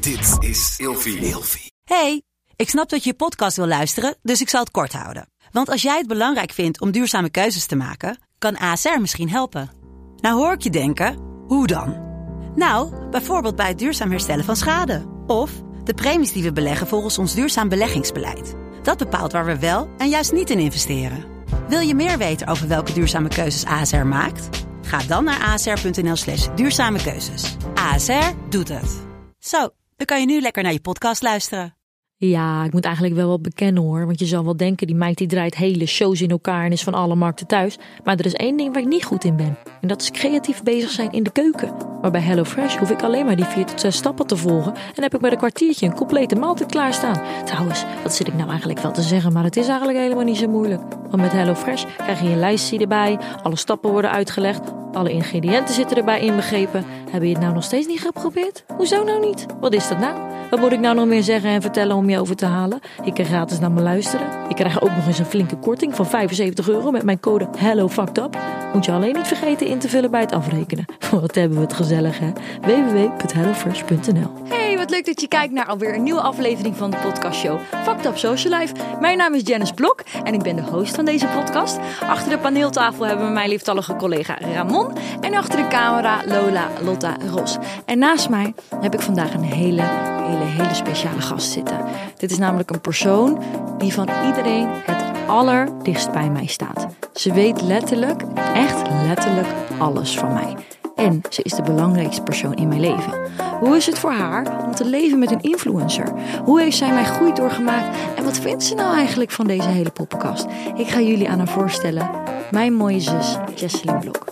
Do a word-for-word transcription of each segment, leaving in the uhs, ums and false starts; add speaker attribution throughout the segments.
Speaker 1: Dit is Ilfie. Ilfie.
Speaker 2: Hey, ik snap dat je je podcast wil luisteren, dus ik zal het kort houden. Want als jij het belangrijk vindt om duurzame keuzes te maken, kan A S R misschien helpen. Nou hoor ik je denken, hoe dan? Nou, bijvoorbeeld bij het duurzaam herstellen van schade. Of de premies die we beleggen volgens ons duurzaam beleggingsbeleid. Dat bepaalt waar we wel en juist niet in investeren. Wil je meer weten over welke duurzame keuzes A S R maakt? Ga dan naar asr.nl slash duurzame keuzes. A S R doet het. Zo, dan kan je nu lekker naar je podcast luisteren.
Speaker 3: Ja, ik moet eigenlijk wel wat bekennen hoor. Want je zal wel denken, die meid die draait hele shows in elkaar en is van alle markten thuis. Maar er is één ding waar ik niet goed in ben. En dat is creatief bezig zijn in de keuken. Maar bij HelloFresh hoef ik alleen maar die vier tot zes stappen te volgen. En heb ik met een kwartiertje een complete maaltijd klaarstaan. Trouwens, wat zit ik nou eigenlijk wel te zeggen? Maar het is eigenlijk helemaal niet zo moeilijk. Want met HelloFresh krijg je een lijstje erbij. Alle stappen worden uitgelegd. Alle ingrediënten zitten erbij inbegrepen. Heb je het nou nog steeds niet geprobeerd? Hoezo nou niet? Wat is dat nou? Wat moet ik nou nog meer zeggen en vertellen om je over te halen? Je kan gratis naar me luisteren. Je krijgt ook nog eens een flinke korting van vijfenzeventig euro met mijn code HelloFuckedUp. Moet je alleen niet vergeten in te vullen bij het afrekenen. Wat hebben we het gezellig, hè? w w w punt hello fresh punt n l.
Speaker 4: Hey, wat leuk dat je kijkt naar alweer een nieuwe aflevering van de podcastshow Fucked Up Social Life. Mijn naam is Janice Blok en ik ben de host van deze podcast. Achter de paneeltafel hebben we mijn lieftallige collega Ramon en achter de camera Lola Lotta Ros. En naast mij heb ik vandaag een hele, hele, hele speciale gast zitten. Dit is namelijk een persoon die van iedereen het allerdichtst bij mij staat. Ze weet letterlijk, echt letterlijk alles van mij. En ze is de belangrijkste persoon in mijn leven. Hoe is het voor haar om te leven met een influencer? Hoe heeft zij mijn groei doorgemaakt? En wat vindt ze nou eigenlijk van deze hele podcast? Ik ga jullie aan haar voorstellen. Mijn mooie zus, Jesselyn Blok.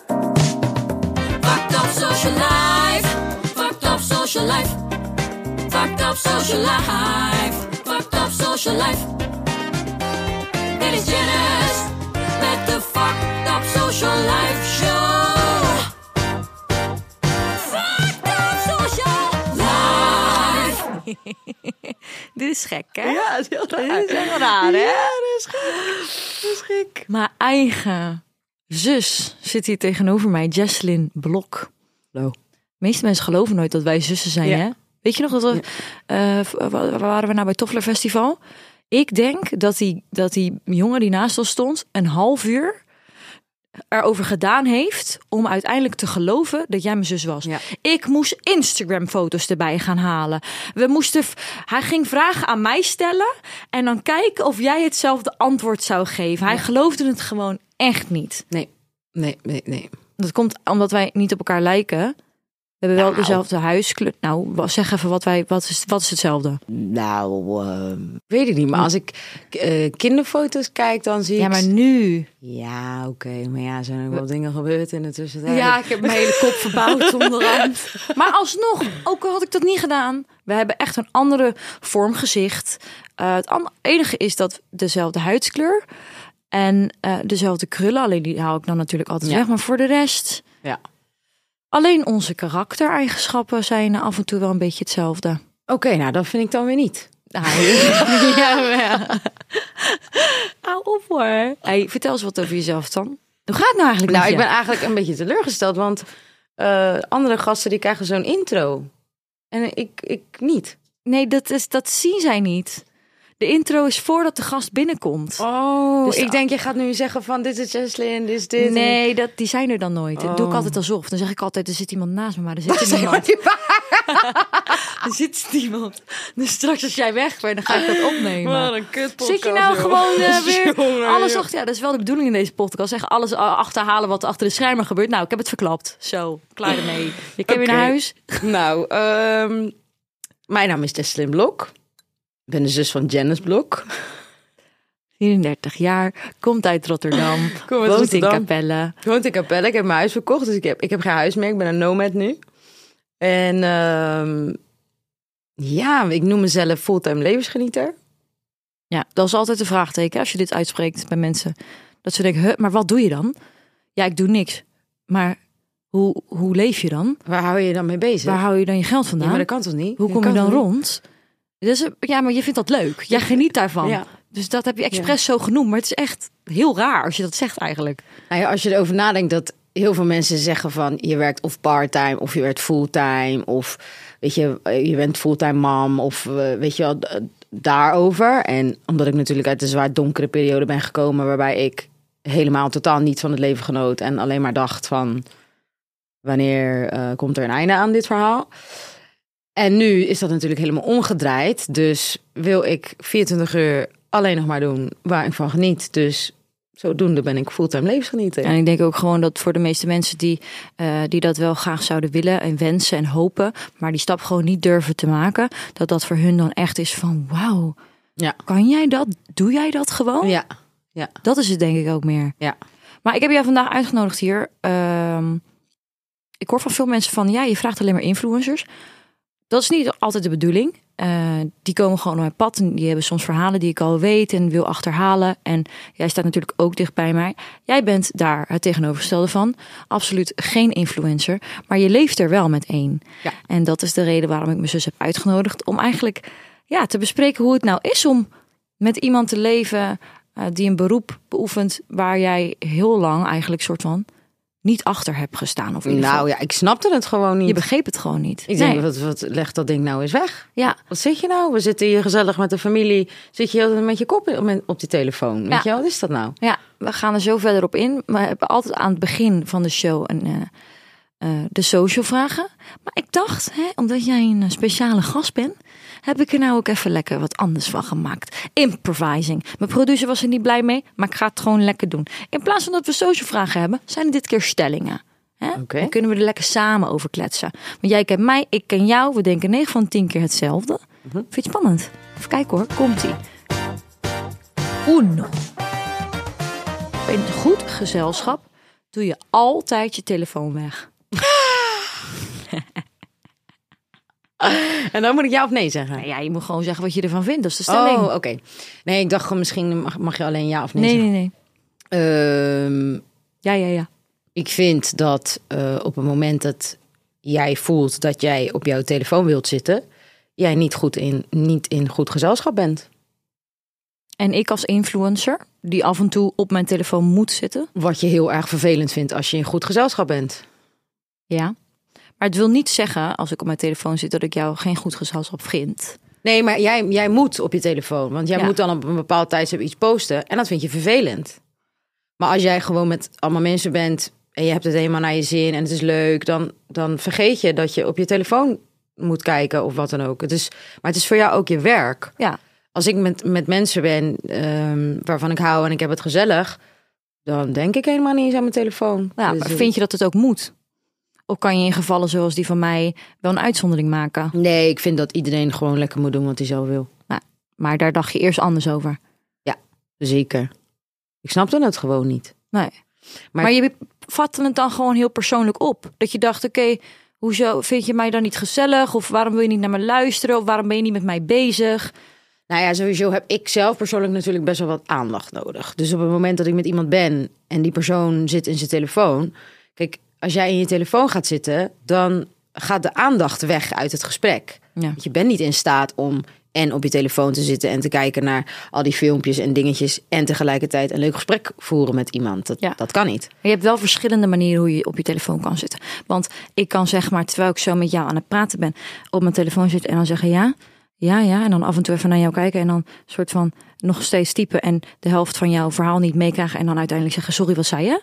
Speaker 5: Fucked up social life. Fucked up social life. Fucked up social life. Fucked up social life. Dit is Janice met de Fucked Up Social Life Show.
Speaker 4: Dit is gek, hè?
Speaker 3: Ja, dat is heel raar.
Speaker 4: Dit is heel raar, hè?
Speaker 3: Ja, dat is gek. Dat is gek.
Speaker 4: Mijn eigen zus zit hier tegenover mij, Jesselyn Blok.
Speaker 3: Hallo.
Speaker 4: De meeste mensen geloven nooit dat wij zussen zijn,
Speaker 3: Ja.
Speaker 4: hè? Weet je nog, dat we,
Speaker 3: Ja.
Speaker 4: uh, waar waren we nou bij Toffler Festival? Ik denk dat die, dat die jongen die naast ons stond een half uur erover gedaan heeft om uiteindelijk te geloven dat jij mijn zus was.
Speaker 3: Ja.
Speaker 4: Ik moest Instagram-foto's erbij gaan halen. We moesten, hij ging vragen aan mij stellen en dan kijken of jij hetzelfde antwoord zou geven. Hij
Speaker 3: Ja.
Speaker 4: geloofde het gewoon echt niet.
Speaker 3: Nee, nee, nee, nee.
Speaker 4: Dat komt omdat wij niet op elkaar lijken. We hebben wel
Speaker 3: Nou.
Speaker 4: dezelfde huiskleur. Nou, wa- zeg even wat wij. Wat is, wat is hetzelfde?
Speaker 3: Nou, uh, weet ik niet. Maar als ik uh, kinderfoto's kijk, dan zie
Speaker 4: Ja,
Speaker 3: ik...
Speaker 4: maar nu.
Speaker 3: Ja, oké. Okay. Maar ja, er zijn ook wel dingen gebeurd in de tussentijd.
Speaker 4: Ja, ik heb mijn hele kop verbouwd onderhand. Maar alsnog, ook al had ik dat niet gedaan, we hebben echt een andere vormgezicht. Uh, het an- enige is dat dezelfde huidskleur en uh, dezelfde krullen. Alleen die hou ik dan natuurlijk altijd
Speaker 3: Ja.
Speaker 4: weg. Maar voor de rest,
Speaker 3: Ja.
Speaker 4: alleen onze karaktereigenschappen zijn af en toe wel een beetje hetzelfde.
Speaker 3: Oké, okay, nou, dat vind ik dan weer niet.
Speaker 4: Ah, ja, maar. Hou op hoor. Hey, vertel eens wat over jezelf dan. Hoe gaat het nou eigenlijk
Speaker 3: Nou,
Speaker 4: met
Speaker 3: ik
Speaker 4: je?
Speaker 3: ben eigenlijk een beetje teleurgesteld, want uh, andere gasten die krijgen zo'n intro. En ik, ik niet.
Speaker 4: Nee, dat, is, dat zien zij niet. De intro is voordat de gast binnenkomt.
Speaker 3: Oh,
Speaker 4: Dus
Speaker 3: ik
Speaker 4: de-
Speaker 3: denk je gaat nu zeggen van dit is Jesselyn, dit is dit.
Speaker 4: Nee, dat, die zijn er dan nooit. Dat doe ik
Speaker 3: Oh.
Speaker 4: altijd alsof. Dan zeg ik altijd, er zit iemand naast me, maar er zit er
Speaker 3: Zeg maar
Speaker 4: niemand.
Speaker 3: die-
Speaker 4: Er zit niemand. Dus straks als jij weg bent, dan ga ik dat opnemen.
Speaker 3: Wat een kutpodcast,
Speaker 4: Zit je nou
Speaker 3: joh.
Speaker 4: gewoon uh, weer
Speaker 3: Jongen,
Speaker 4: alles
Speaker 3: joh.
Speaker 4: achter... Ja, dat is wel de bedoeling in deze podcast. Zeg alles uh, achterhalen wat er achter de schermen gebeurt. Nou, ik heb het verklapt. Zo, klaar ermee. Je kan weer
Speaker 3: Oké.
Speaker 4: naar huis.
Speaker 3: Nou, ehm, mijn naam is Jesselyn Blok. Ik ben de zus van Janice Blok.
Speaker 4: vierendertig jaar, komt uit Rotterdam,
Speaker 3: Kom uit
Speaker 4: woont
Speaker 3: Rotterdam.
Speaker 4: in Capelle.
Speaker 3: Ik woon in Capelle. Ik heb mijn huis verkocht, dus ik heb, ik heb geen huis meer. Ik ben een nomad nu. En ehm, ja, ik noem mezelf fulltime levensgenieter.
Speaker 4: Ja, dat is altijd een vraagteken als je dit uitspreekt bij mensen. Dat ze denken, huh, maar wat doe je dan? Ja, ik doe niks. Maar hoe, hoe leef je dan?
Speaker 3: Waar hou je je dan mee bezig?
Speaker 4: Waar hou je dan je geld
Speaker 3: ja,
Speaker 4: vandaan?
Speaker 3: maar dat kan toch niet?
Speaker 4: Hoe
Speaker 3: Dat
Speaker 4: kom je
Speaker 3: kan
Speaker 4: dan
Speaker 3: toch niet?
Speaker 4: rond? Dus, ja, maar je vindt dat leuk. Jij geniet daarvan.
Speaker 3: Ja.
Speaker 4: Dus dat heb je expres zo genoemd. Maar het is echt heel raar als je dat zegt eigenlijk.
Speaker 3: Nou ja, als je erover nadenkt dat heel veel mensen zeggen van je werkt of part-time of je werkt fulltime of
Speaker 6: weet je, je bent fulltime mom of uh, weet je wel, d- daarover. En omdat ik natuurlijk uit een zwaar donkere periode ben gekomen, waarbij ik helemaal totaal niet van het leven genoot en alleen maar dacht van, wanneer uh, komt er een einde aan dit verhaal? En nu is dat natuurlijk helemaal omgedraaid. Dus wil ik vierentwintig uur alleen nog maar doen waar ik van geniet. Dus zodoende ben ik fulltime levensgenieter.
Speaker 4: En ik denk ook gewoon dat voor de meeste mensen die, uh, die dat wel graag zouden willen en wensen en hopen, maar die stap gewoon niet durven te maken, dat dat voor hun dan echt is van wauw,
Speaker 6: ja.
Speaker 4: Kan jij dat? Doe jij dat gewoon?
Speaker 6: Ja. Ja.
Speaker 4: Dat is het denk ik ook meer.
Speaker 6: Ja.
Speaker 4: Maar ik heb jou vandaag uitgenodigd hier. Uh, ik hoor van veel mensen van, ja, je vraagt alleen maar influencers. Dat is niet altijd de bedoeling. Uh, die komen gewoon op mijn pad en die hebben soms verhalen die ik al weet en wil achterhalen. En jij staat natuurlijk ook dicht bij mij. Jij bent daar het tegenovergestelde van. Absoluut geen influencer, maar je leeft er wel met één.
Speaker 6: Ja.
Speaker 4: En dat is de reden waarom ik mijn zus heb uitgenodigd. Om eigenlijk ja, te bespreken hoe het nou is om met iemand te leven uh, die een beroep beoefent waar jij heel lang eigenlijk soort van niet achter hebt gestaan. Of in ieder
Speaker 6: Nou
Speaker 4: geval.
Speaker 6: ja, ik snapte het gewoon niet.
Speaker 4: Je begreep het gewoon niet.
Speaker 6: Ik
Speaker 4: Nee.
Speaker 6: denk, wat, wat legt dat ding nou eens weg?
Speaker 4: Ja.
Speaker 6: Wat zit je nou? We zitten hier gezellig met de familie. Zit je altijd met je kop in- op die telefoon? Weet
Speaker 4: Ja.
Speaker 6: je wel, wat is dat nou?
Speaker 4: Ja, we gaan er zo verder op in. We hebben altijd aan het begin van de show een, uh, uh, de social vragen. Maar ik dacht, hè, omdat jij een speciale gast bent, heb ik er nou ook even lekker wat anders van gemaakt. Improvising. Mijn producer was er niet blij mee, maar ik ga het gewoon lekker doen. In plaats van dat we social vragen hebben, zijn het dit keer stellingen. Hè?
Speaker 6: Oké.
Speaker 4: Dan kunnen we er lekker samen over kletsen. Want jij kent mij, ik ken jou. We denken negen van tien keer hetzelfde. Vind je het spannend? Even kijken hoor, komt-ie. Uno. In een goed gezelschap doe je altijd je telefoon weg.
Speaker 6: En dan moet ik ja of nee zeggen.
Speaker 4: Nou ja, je moet gewoon zeggen wat je ervan vindt. Dat is de stelling.
Speaker 6: Oh, oké. Nee, ik dacht gewoon misschien mag, mag je alleen ja of nee,
Speaker 4: nee,
Speaker 6: zeggen.
Speaker 4: nee, nee.
Speaker 6: Ehm,
Speaker 4: Ja, ja, ja.
Speaker 6: ik vind dat uh, op het moment dat jij voelt dat jij op jouw telefoon wilt zitten, jij niet goed in, niet in goed gezelschap bent.
Speaker 4: En ik als influencer, die af en toe op mijn telefoon moet zitten.
Speaker 6: Wat je heel erg vervelend vindt als je in goed gezelschap bent.
Speaker 4: Ja. Maar het wil niet zeggen, als ik op mijn telefoon zit, dat ik jou geen goed gezelschap vind.
Speaker 6: Nee, maar jij, jij moet op je telefoon. Want jij
Speaker 4: Ja.
Speaker 6: moet dan op een bepaald tijdstip iets posten. En dat vind je vervelend. Maar als jij gewoon met allemaal mensen bent en je hebt het helemaal naar je zin en het is leuk, dan, dan vergeet je dat je op je telefoon moet kijken of wat dan ook. Het is, maar het is voor jou ook je werk.
Speaker 4: Ja.
Speaker 6: Als ik met, met mensen ben um, waarvan ik hou en ik heb het gezellig, dan denk ik helemaal niet eens aan mijn telefoon.
Speaker 4: Ja,
Speaker 6: Dus,
Speaker 4: maar
Speaker 6: uh,
Speaker 4: vind je dat het ook moet? Of kan je in gevallen zoals die van mij wel een uitzondering maken?
Speaker 6: Nee, ik vind dat iedereen gewoon lekker moet doen wat hij zelf wil.
Speaker 4: Nou, maar daar dacht je eerst anders over.
Speaker 6: Zeker. Ik snapte het gewoon niet.
Speaker 4: Nee. Maar,
Speaker 6: Maar-
Speaker 4: maar je vatte het dan gewoon heel persoonlijk op. Dat je dacht, oké, okay, hoezo vind je mij dan niet gezellig? Of waarom wil je niet naar me luisteren? Of waarom ben je niet met mij bezig?
Speaker 6: Nou ja, sowieso heb ik zelf persoonlijk natuurlijk best wel wat aandacht nodig. Dus op het moment dat ik met iemand ben en die persoon zit in zijn telefoon. Kijk, als jij in je telefoon gaat zitten, dan gaat de aandacht weg uit het gesprek.
Speaker 4: Ja.
Speaker 6: Want je bent niet in staat om en op je telefoon te zitten en te kijken naar al die filmpjes en dingetjes en tegelijkertijd een leuk gesprek voeren met iemand. Dat,
Speaker 4: Ja.
Speaker 6: dat kan niet.
Speaker 4: Maar je hebt wel verschillende manieren hoe je op je telefoon kan zitten. Want ik kan zeg maar, terwijl ik zo met jou aan het praten ben, op mijn telefoon zitten en dan zeggen ja, ja, ja. En dan af en toe even naar jou kijken en dan soort van nog steeds typen en de helft van jouw verhaal niet meekrijgen en dan uiteindelijk zeggen sorry, wat zei je?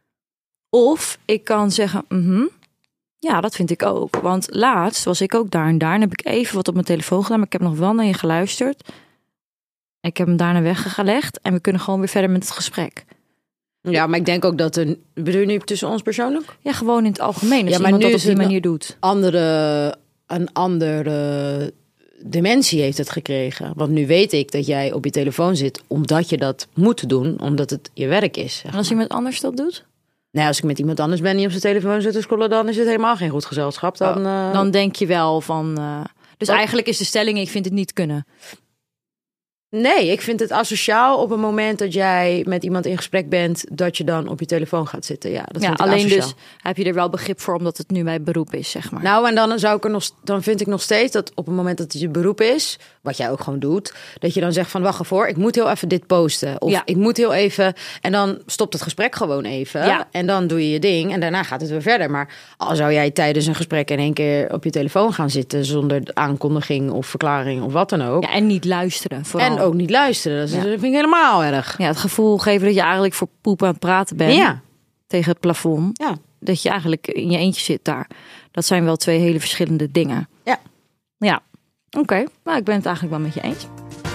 Speaker 4: Of ik kan zeggen, mhm, ja, dat vind ik ook. Want laatst was ik ook daar en daar en heb ik even wat op mijn telefoon gedaan, maar ik heb nog wel naar je geluisterd. Ik heb hem daarna weggelegd en we kunnen gewoon weer verder met het gesprek.
Speaker 6: Ja, maar ik denk ook dat er... Bedoel je nu tussen ons persoonlijk?
Speaker 4: Ja, gewoon in het algemeen. Als
Speaker 6: Ja, maar
Speaker 4: iemand
Speaker 6: nu
Speaker 4: dat op
Speaker 6: is
Speaker 4: die
Speaker 6: het
Speaker 4: manier doet.
Speaker 6: Andere, een andere dimensie heeft het gekregen. Want nu weet ik dat jij op je telefoon zit omdat je dat moet doen, omdat het je werk is. Zeg
Speaker 4: En als
Speaker 6: maar.
Speaker 4: iemand anders dat doet?
Speaker 6: Nee, als ik met iemand anders ben die op zijn telefoon zit te scrollen, dan is het helemaal geen goed gezelschap. Dan, uh...
Speaker 4: Dan denk je wel van... Uh, dus
Speaker 6: Wat?
Speaker 4: eigenlijk is de stelling, ik vind het niet kunnen.
Speaker 6: Nee, ik vind het asociaal op het moment dat jij met iemand in gesprek bent, dat je dan op je telefoon gaat zitten. Ja, dat
Speaker 4: Ja,
Speaker 6: vind ik
Speaker 4: alleen
Speaker 6: asociaal.
Speaker 4: dus heb je er wel begrip voor, omdat het nu mijn beroep is, zeg maar.
Speaker 6: Nou, en dan zou ik er nog, dan vind ik nog steeds dat op het moment dat het je beroep is, wat jij ook gewoon doet, dat je dan zegt van wacht ervoor, ik moet heel even dit posten. Of
Speaker 4: Ja.
Speaker 6: ik moet heel even, en dan stopt het gesprek gewoon even.
Speaker 4: Ja.
Speaker 6: En dan doe je je ding en daarna gaat het weer verder. Maar al zou jij tijdens een gesprek in één keer op je telefoon gaan zitten zonder aankondiging of verklaring of wat dan ook.
Speaker 4: Ja, en niet luisteren, vooral.
Speaker 6: En ook niet luisteren. Dat, is,
Speaker 4: Ja.
Speaker 6: dat vind ik helemaal erg.
Speaker 4: Ja, het gevoel geven dat je eigenlijk voor poep aan het praten bent
Speaker 6: Ja.
Speaker 4: tegen het plafond.
Speaker 6: Ja.
Speaker 4: Dat je eigenlijk in je eentje zit daar. Dat zijn wel twee hele verschillende dingen.
Speaker 6: Ja.
Speaker 4: Ja, oké. Nou, ik ben het eigenlijk wel met je eens.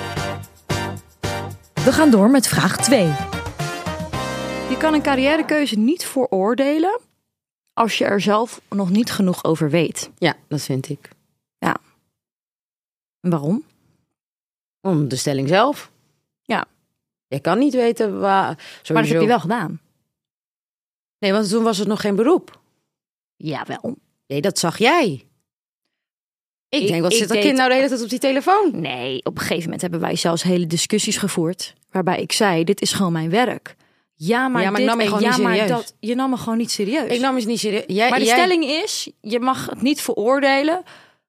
Speaker 4: We gaan door met vraag twee. Je kan een carrièrekeuze niet veroordelen als je er zelf nog niet genoeg over weet.
Speaker 6: Ja, dat vind ik.
Speaker 4: Waarom?
Speaker 6: Om de stelling zelf.
Speaker 4: Ja.
Speaker 6: Je kan niet weten waar.
Speaker 4: Maar dat
Speaker 6: Sowieso...
Speaker 4: heb je wel gedaan.
Speaker 6: Nee, want toen was het nog geen beroep.
Speaker 4: Jawel.
Speaker 6: Nee, dat zag jij. Ik,
Speaker 4: Ik-
Speaker 6: denk, wat
Speaker 4: ik
Speaker 6: zit dat
Speaker 4: deed-
Speaker 6: kind nou de hele tijd op die telefoon?
Speaker 4: Nee, op een gegeven moment hebben wij zelfs hele discussies gevoerd. Waarbij ik zei, dit is gewoon mijn werk. Ja, maar,
Speaker 6: Ja, maar ik
Speaker 4: dit
Speaker 6: nam je
Speaker 4: en
Speaker 6: gewoon
Speaker 4: ja,
Speaker 6: niet
Speaker 4: maar
Speaker 6: serieus.
Speaker 4: dat. Je nam me gewoon niet serieus.
Speaker 6: Ik nam eens niet serieus. Jij,
Speaker 4: maar de
Speaker 6: jij...
Speaker 4: stelling is, je mag het niet veroordelen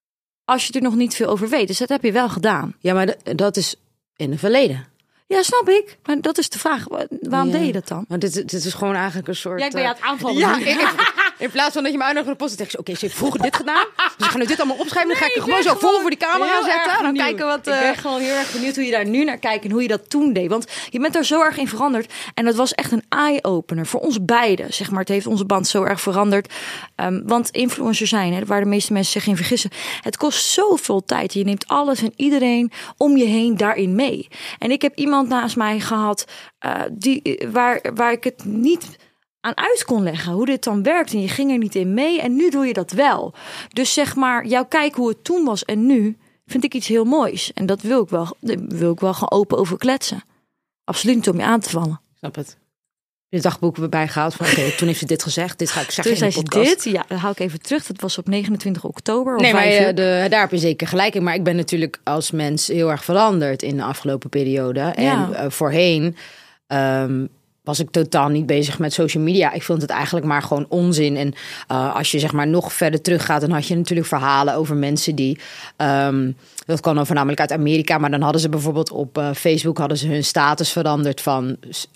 Speaker 4: als je er nog niet veel over weet. Dus dat heb je wel gedaan.
Speaker 6: Ja, maar d- dat is in het verleden.
Speaker 4: Ja, snap ik. Maar dat is de vraag. Wa- Waarom
Speaker 6: Ja.
Speaker 4: deed je dat dan?
Speaker 6: Maar dit, dit is gewoon eigenlijk een soort...
Speaker 4: Ja, ik ben je aan
Speaker 6: eh,
Speaker 4: het aanvallen.
Speaker 6: Ja, in, in, in plaats van dat je me uitnodigt voor de post, zeg je, oké, ze heeft vroeger dit gedaan. Dus ik ga nu dit allemaal opschrijven. Dan ga ik er gewoon zo vol voor die camera
Speaker 4: heel
Speaker 6: zetten.
Speaker 4: erg
Speaker 6: Dan
Speaker 4: benieuwd.
Speaker 6: kijken wat...
Speaker 4: Ik ben
Speaker 6: eh,
Speaker 4: gewoon heel erg benieuwd hoe je daar nu naar kijkt en hoe je dat toen deed. Want je bent er zo erg in veranderd. En dat was echt een eye-opener voor ons beiden. Zeg maar, het heeft onze band zo erg veranderd. Um, want influencer zijn, hè, waar de meeste mensen zich in vergissen. Het kost zoveel tijd. Je neemt alles en iedereen om je heen daarin mee. En ik heb iemand naast mij gehad uh, die, waar, waar ik het niet aan uit kon leggen hoe dit dan werkt. En je ging er niet in mee en nu doe je dat wel. Dus zeg maar, jouw kijk hoe het toen was en nu, vind ik iets heel moois. En dat wil ik wel, daar wil ik wel gewoon open over kletsen. Absoluut niet om je aan te vallen.
Speaker 6: Snap het. De dagboeken erbij gehaald van, oké, toen heeft ze dit gezegd. Dit ga ik zeggen
Speaker 4: Toen
Speaker 6: in
Speaker 4: zei
Speaker 6: de
Speaker 4: ze
Speaker 6: podcast.
Speaker 4: dit, ja, dan hou ik even terug. Dat was op negenentwintig oktober. Of
Speaker 6: Nee, maar
Speaker 4: vijf
Speaker 6: eh,
Speaker 4: uur.
Speaker 6: de, daar heb je zeker gelijk in. Maar ik ben natuurlijk als mens heel erg veranderd in de afgelopen periode. En
Speaker 4: Ja.
Speaker 6: uh, voorheen um, was ik totaal niet bezig met social media. Ik vond het eigenlijk maar gewoon onzin. En uh, als je zeg maar nog verder teruggaat, dan had je natuurlijk verhalen over mensen die... Um, dat kwam dan voornamelijk uit Amerika. Maar dan hadden ze bijvoorbeeld op uh, Facebook hadden ze hun status veranderd van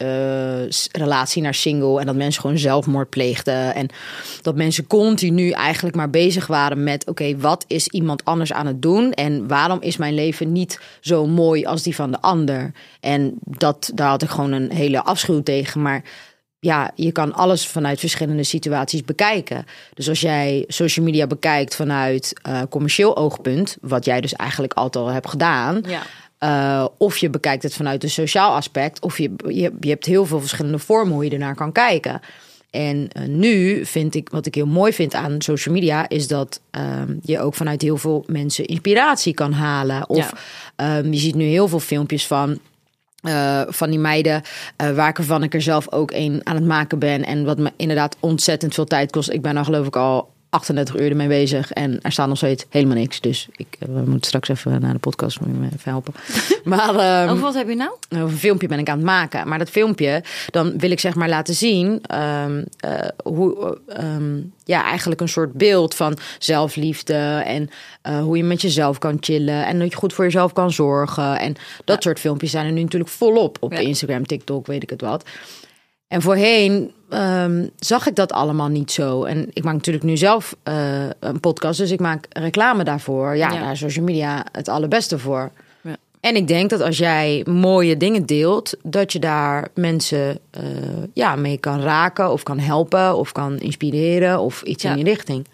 Speaker 6: uh, relatie naar single. En dat mensen gewoon zelfmoord pleegden. En dat mensen continu eigenlijk maar bezig waren met... oké, okay, wat is iemand anders aan het doen? En waarom is mijn leven niet zo mooi als die van de ander? En dat, daar had ik gewoon een hele afschuw tegen. Maar ja, je kan alles vanuit verschillende situaties bekijken. Dus als jij social media bekijkt vanuit uh, commercieel oogpunt... wat jij dus eigenlijk altijd al hebt gedaan...
Speaker 4: Ja.
Speaker 6: Uh, of je bekijkt het vanuit een sociaal aspect... of je, je, je hebt heel veel verschillende vormen hoe je ernaar kan kijken. En uh, nu vind ik, wat ik heel mooi vind aan social media... is dat uh, je ook vanuit heel veel mensen inspiratie kan halen. Of ja. um, je ziet nu heel veel filmpjes van... Uh, van die meiden, uh, waar ik ervan ik er zelf ook een aan het maken ben. En wat me inderdaad ontzettend veel tijd kost. Ik ben nou geloof ik al achtendertig uur ermee bezig. En er staat nog steeds helemaal niks. Dus ik uh, we moeten straks even naar de podcast moet je me even helpen. Maar um,
Speaker 4: over wat heb je nou?
Speaker 6: Over een filmpje ben ik aan het maken. Maar dat filmpje, dan wil ik zeg maar laten zien um, uh, hoe um, ja, eigenlijk een soort beeld van zelfliefde en uh, hoe je met jezelf kan chillen en dat je goed voor jezelf kan zorgen. En dat ja. soort filmpjes zijn er nu natuurlijk volop op ja. Instagram, TikTok, weet ik het wat. En voorheen um, zag ik dat allemaal niet zo. En ik maak natuurlijk nu zelf uh, een podcast, dus ik maak reclame daarvoor. Ja, ja. daar is social media het allerbeste voor. Ja. En ik denk dat als jij mooie dingen deelt, dat je daar mensen uh, ja, mee kan raken of kan helpen of kan inspireren of iets ja. in die richting.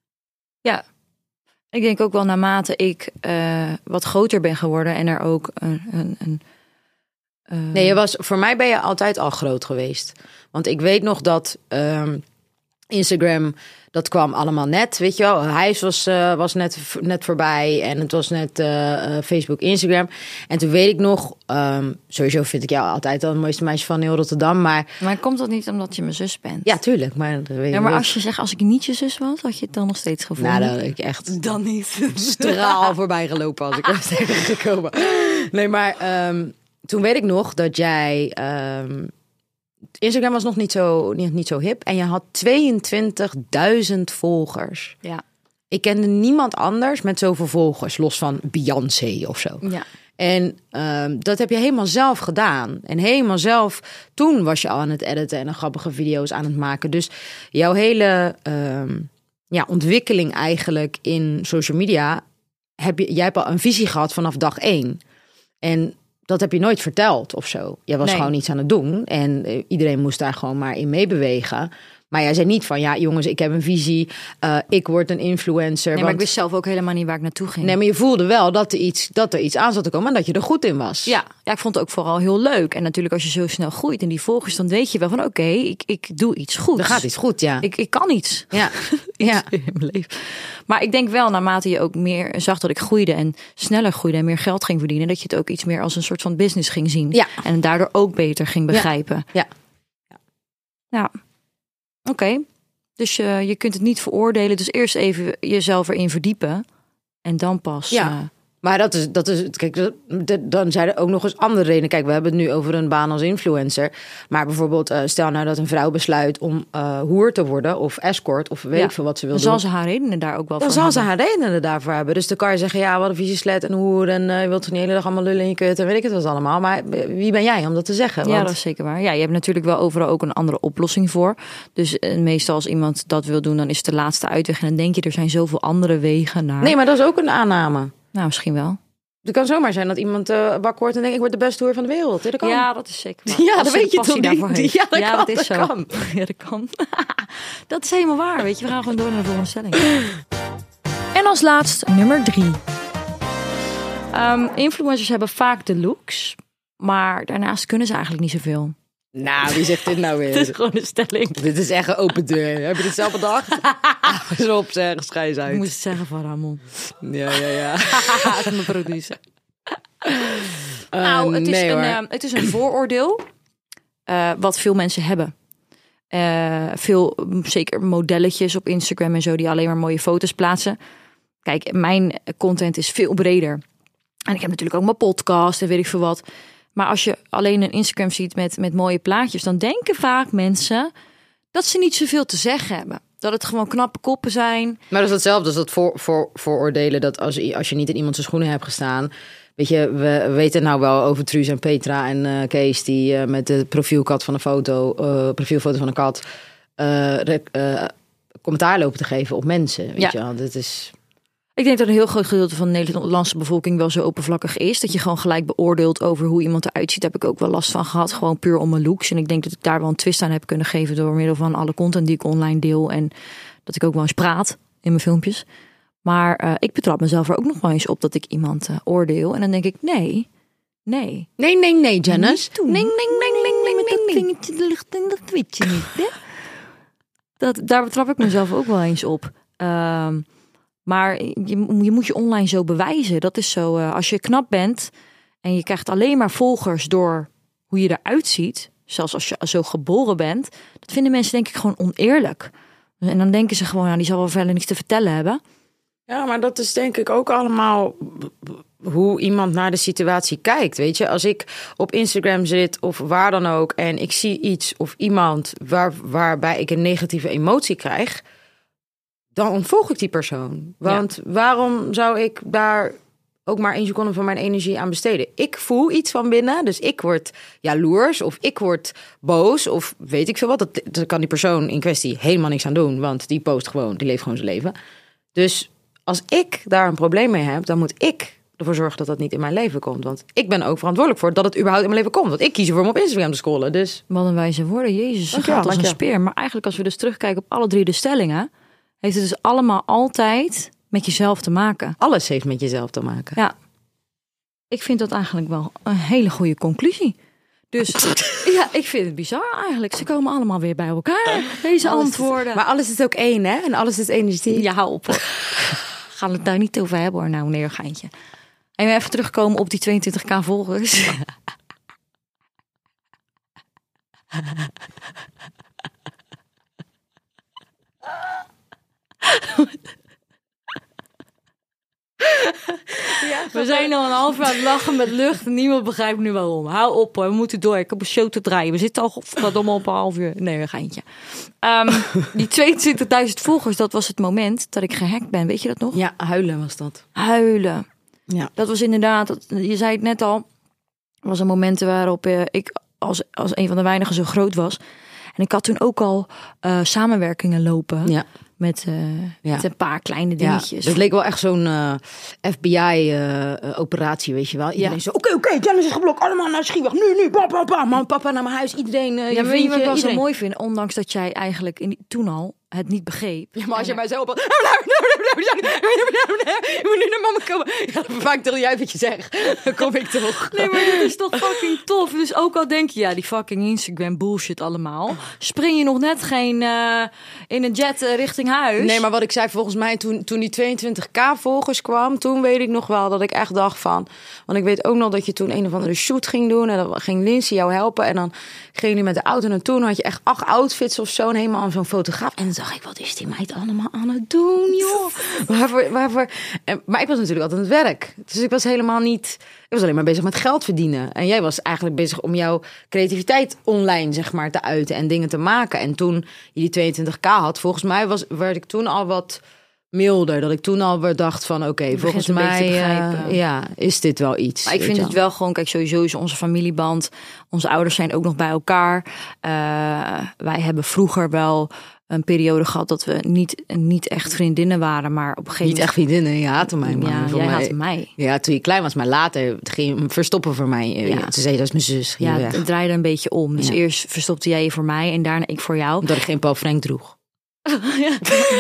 Speaker 4: Ja, ik denk ook wel naarmate ik uh, wat groter ben geworden en er ook een... een, een
Speaker 6: Uh... Nee, je was, voor mij ben je altijd al groot geweest. Want ik weet nog dat um, Instagram, dat kwam allemaal net, weet je wel. Huis was, uh, was net, net voorbij en het was net uh, uh, Facebook, Instagram. En toen weet ik nog, um, sowieso vind ik jou altijd al het mooiste meisje van heel Rotterdam. Maar,
Speaker 4: maar komt dat niet omdat je mijn zus bent?
Speaker 6: Ja, tuurlijk. Maar, dat weet
Speaker 4: ja, maar
Speaker 6: ik
Speaker 4: als je zegt, als ik niet je zus was, had je het dan nog steeds gevonden?
Speaker 6: Nou, dat ik echt
Speaker 4: dan niet.
Speaker 6: straal voorbij gelopen als ik er was tegengekomen. Nee, maar ehm, toen weet ik nog dat jij... ehm, Instagram was nog niet zo, niet, niet zo hip. En je had tweeëntwintigduizend volgers.
Speaker 4: Ja.
Speaker 6: Ik kende niemand anders met zoveel volgers. Los van Beyoncé of zo.
Speaker 4: Ja.
Speaker 6: En um, dat heb je helemaal zelf gedaan. En helemaal zelf... Toen was je al aan het editen en een grappige video's aan het maken. Dus jouw hele um, ja, ontwikkeling eigenlijk in social media... Heb je, jij hebt al een visie gehad vanaf dag één. En dat heb je nooit verteld of zo. Jij was
Speaker 4: Nee.
Speaker 6: gewoon iets aan het doen. En uh, iedereen moest daar gewoon maar in meebewegen. Maar jij zei niet van, ja jongens, ik heb een visie. Uh, ik word een influencer.
Speaker 4: Nee, maar
Speaker 6: want...
Speaker 4: ik wist zelf ook helemaal niet waar ik naartoe ging.
Speaker 6: Nee, maar je voelde wel dat er, iets, dat er iets aan zat te komen en dat je er goed in was.
Speaker 4: Ja, ja, ik vond het ook vooral heel leuk. En natuurlijk als je zo snel groeit en die volgers, dan weet je wel van oké, okay, ik, ik doe iets goeds.
Speaker 6: Er gaat iets goed, ja.
Speaker 4: Ik, ik kan iets.
Speaker 6: Ja.
Speaker 4: Iets
Speaker 6: Ja.
Speaker 4: in mijn leven. Maar ik denk wel, naarmate je ook meer zag dat ik groeide en sneller groeide en meer geld ging verdienen, dat je het ook iets meer als een soort van business ging zien.
Speaker 6: Ja.
Speaker 4: En daardoor ook beter ging begrijpen.
Speaker 6: Ja.
Speaker 4: Ja. Oké. Okay. Dus je, je kunt het niet veroordelen. Dus eerst even jezelf erin verdiepen. En dan pas.
Speaker 6: Ja.
Speaker 4: Uh,
Speaker 6: Maar dat is, dat is, kijk, dat, dat, dan zijn er ook nog eens andere redenen. Kijk, we hebben het nu over een baan als influencer. Maar bijvoorbeeld, uh, stel nou dat een vrouw besluit om uh, hoer te worden of escort of weet
Speaker 4: ja.
Speaker 6: ik veel wat ze wil
Speaker 4: dan
Speaker 6: doen.
Speaker 4: Dan zal ze haar redenen daar ook wel
Speaker 6: dan
Speaker 4: voor
Speaker 6: zal
Speaker 4: hebben.
Speaker 6: ze haar redenen daarvoor hebben. Dus dan kan je zeggen, ja, wat een vieze slet en hoer en uh, je wilt toch niet de hele dag allemaal lullen in je kut en weet ik het wat allemaal. Maar wie ben jij om dat te zeggen?
Speaker 4: Ja,
Speaker 6: Want...
Speaker 4: dat is zeker waar. Ja, je hebt natuurlijk wel overal ook een andere oplossing voor. Dus uh, meestal als iemand dat wil doen, dan is het de laatste uitweg. En dan denk je, er zijn zoveel andere wegen naar.
Speaker 6: Nee, maar dat is ook een aanname.
Speaker 4: Nou, misschien wel.
Speaker 6: Het kan zomaar zijn dat iemand uh, wakker wordt en denkt, ik word de beste hoer van de wereld. Dat kan.
Speaker 4: Ja, dat is zeker waar.
Speaker 6: Ja,
Speaker 4: Als
Speaker 6: dat
Speaker 4: ze
Speaker 6: weet
Speaker 4: de
Speaker 6: je
Speaker 4: passie
Speaker 6: toch niet?
Speaker 4: daarvoor heeft.
Speaker 6: Ja, dat kan,
Speaker 4: dat is
Speaker 6: dat
Speaker 4: zo.
Speaker 6: kan.
Speaker 4: Ja, dat kan. Dat is helemaal waar. Weet je, we gaan gewoon door naar de volgende stelling. En als laatst nummer drie. Um, influencers hebben vaak de looks, maar daarnaast kunnen ze eigenlijk niet zoveel.
Speaker 6: Nou, wie zegt dit nou weer?
Speaker 4: Het is gewoon een stelling.
Speaker 6: Dit is echt een open deur. Heb je dit zelf bedacht? Pas op, zeg, schijs uit.
Speaker 4: Ik moest het zeggen van Ramon.
Speaker 6: Ja, ja, ja.
Speaker 4: Dat is mijn producer.
Speaker 6: Uh,
Speaker 4: nou, het is,
Speaker 6: nee,
Speaker 4: een,
Speaker 6: hoor.
Speaker 4: uh, het is een vooroordeel uh, wat veel mensen hebben. Uh, veel, zeker modelletjes op Instagram en zo, die alleen maar mooie foto's plaatsen. Kijk, mijn content is veel breder. En ik heb natuurlijk ook mijn podcast en weet ik veel wat. Maar als je alleen een Instagram ziet met, met mooie plaatjes, dan denken vaak mensen dat ze niet zoveel te zeggen hebben. Dat het gewoon knappe koppen zijn.
Speaker 6: Maar dat is hetzelfde als dat voor, voor, vooroordelen dat als, als je niet in iemand zijn schoenen hebt gestaan. Weet je, we weten nou wel over Truus en Petra en uh, Kees die uh, met de profielkat van een foto, uh, profielfoto van een kat, uh, rec, uh, commentaar lopen te geven op mensen. Weet
Speaker 4: Ja.
Speaker 6: je wel, dat is...
Speaker 4: Ik denk dat een heel groot gedeelte van de Nederlandse bevolking wel zo oppervlakkig is. Dat je gewoon gelijk beoordeelt over hoe iemand eruit ziet. Daar heb ik ook wel last van gehad. Gewoon puur om mijn looks. En ik denk dat ik daar wel een twist aan heb kunnen geven door middel van alle content die ik online deel. En dat ik ook wel eens praat in mijn filmpjes. Maar uh, ik betrap mezelf er ook nog wel eens op dat ik iemand uh, oordeel. En dan denk ik, nee, nee.
Speaker 6: Nee, nee, nee, Janice.
Speaker 4: Nee, nee, nee, nee, nee, met dat vingertje de lucht en dat weet je niet, hè? Dat, daar betrap ik mezelf ook wel eens op. Um, Maar je, je moet je online zo bewijzen. Dat is zo, uh, als je knap bent en je krijgt alleen maar volgers door hoe je eruit ziet, zelfs als je zo geboren bent, dat vinden mensen denk ik gewoon oneerlijk. En dan denken ze gewoon, nou, die zal wel verder niks te vertellen hebben.
Speaker 6: Ja, maar dat is denk ik ook allemaal hoe iemand naar de situatie kijkt. Weet je, als ik op Instagram zit of waar dan ook en ik zie iets of iemand waar, waarbij ik een negatieve emotie krijg, dan ontvolg ik die persoon. Want ja. waarom zou ik daar ook maar één seconde van mijn energie aan besteden? Ik voel iets van binnen, dus ik word jaloers of ik word boos of weet ik veel wat. Dat, dat kan die persoon in kwestie helemaal niks aan doen, want die post gewoon, die leeft gewoon zijn leven. Dus als ik daar een probleem mee heb, dan moet ik ervoor zorgen dat dat niet in mijn leven komt. Want ik ben ook verantwoordelijk voor dat het überhaupt in mijn leven komt. Want ik kies ervoor om op Instagram te scrollen. Dus...
Speaker 4: Wat een wijze woorden, Jezus, ze gaat als een speer. Maar eigenlijk als we dus terugkijken op alle drie de stellingen, heeft het dus allemaal altijd met jezelf te maken.
Speaker 6: Alles heeft met jezelf te maken.
Speaker 4: Ja. Ik vind dat eigenlijk wel een hele goede conclusie. Dus ja, ik vind het bizar eigenlijk. Ze komen allemaal weer bij elkaar, deze
Speaker 6: alles
Speaker 4: antwoorden.
Speaker 6: Is, maar alles is ook één, hè? En alles is energie.
Speaker 4: Ja, hou op. Gaan we het daar niet over hebben, hoor. Nou, nee, geintje. En even terugkomen op die tweeëntwintig k volgers. We zijn al een half uur aan het lachen met lucht en niemand begrijpt nu waarom. Hou op hoor, we moeten door. Ik heb een show te draaien. We zitten al godverdomme op een half uur. Nee, een geintje. Um, die tweeëntwintigduizend volgers, dat was het moment dat ik gehackt ben. Weet je dat nog?
Speaker 6: Ja, huilen was dat.
Speaker 4: Huilen.
Speaker 6: Ja.
Speaker 4: Dat was inderdaad, dat, je zei het net al, was een moment waarop uh, ik als, als een van de weinigen zo groot was. En ik had toen ook al uh, samenwerkingen lopen. Ja. Met, uh, ja. met een paar kleine dingetjes.
Speaker 6: Ja, het leek wel echt zo'n uh, F B I-operatie, uh, weet je wel. Iedereen ja. zo, oké, okay, oké, okay, Janice is geblokt. Allemaal naar Schieweg. Nu, nu, papa, papa, mama, papa naar mijn huis. Iedereen, uh,
Speaker 4: ja, weet je wat ik wel zo mooi vind? Ondanks dat jij eigenlijk in die, toen al het niet begreep.
Speaker 6: Ja, maar als je mij zo op... Je moet nu naar mama komen. Ja, dan vaak toch jij wat je zegt. Dan kom ik toch.
Speaker 4: Nee, maar dit is toch fucking tof. Dus ook al denk je, ja, die fucking Instagram bullshit allemaal. Spring je nog net geen uh, in een jet uh, richting huis.
Speaker 6: Nee, maar wat ik zei, volgens mij toen, toen die tweeëntwintig k volgers kwam, toen weet ik nog wel dat ik echt dacht van... Want ik weet ook nog dat je toen een of andere shoot ging doen. En dan ging Lindsay jou helpen. En dan ging jullie met de auto naartoe. En had je echt acht outfits of zo. En helemaal aan zo'n fotograaf. En dan dacht ik, wat is die meid allemaal aan het doen, joh? Waarvoor, waarvoor? En, maar ik was natuurlijk altijd aan het werk. Dus ik was helemaal niet... Ik was alleen maar bezig met geld verdienen. En jij was eigenlijk bezig om jouw creativiteit online, zeg maar, te uiten. En dingen te maken. En toen je die tweeëntwintig k had, volgens mij was, werd ik toen al wat... milder, dat ik toen al weer dacht van oké, okay, volgens mij uh, ja, is dit wel iets.
Speaker 4: Maar ik vind het wel gewoon, kijk, sowieso is onze familieband, onze ouders zijn ook nog bij elkaar. Uh, wij hebben vroeger wel een periode gehad dat we niet, niet echt vriendinnen waren, maar op een gegeven moment...
Speaker 6: Niet echt vriendinnen, je haatte mij. Man,
Speaker 4: ja,
Speaker 6: voor
Speaker 4: jij
Speaker 6: mij.
Speaker 4: haatte mij.
Speaker 6: Ja, toen je klein was, maar later ging je verstoppen voor mij. Ja. Toen zei je, dat is mijn zus.
Speaker 4: Ja,
Speaker 6: weg.
Speaker 4: het draaide een beetje om. Dus ja. Eerst verstopte jij je voor mij en daarna ik voor jou.
Speaker 6: Omdat ik geen Paul Frank droeg.
Speaker 4: Ja,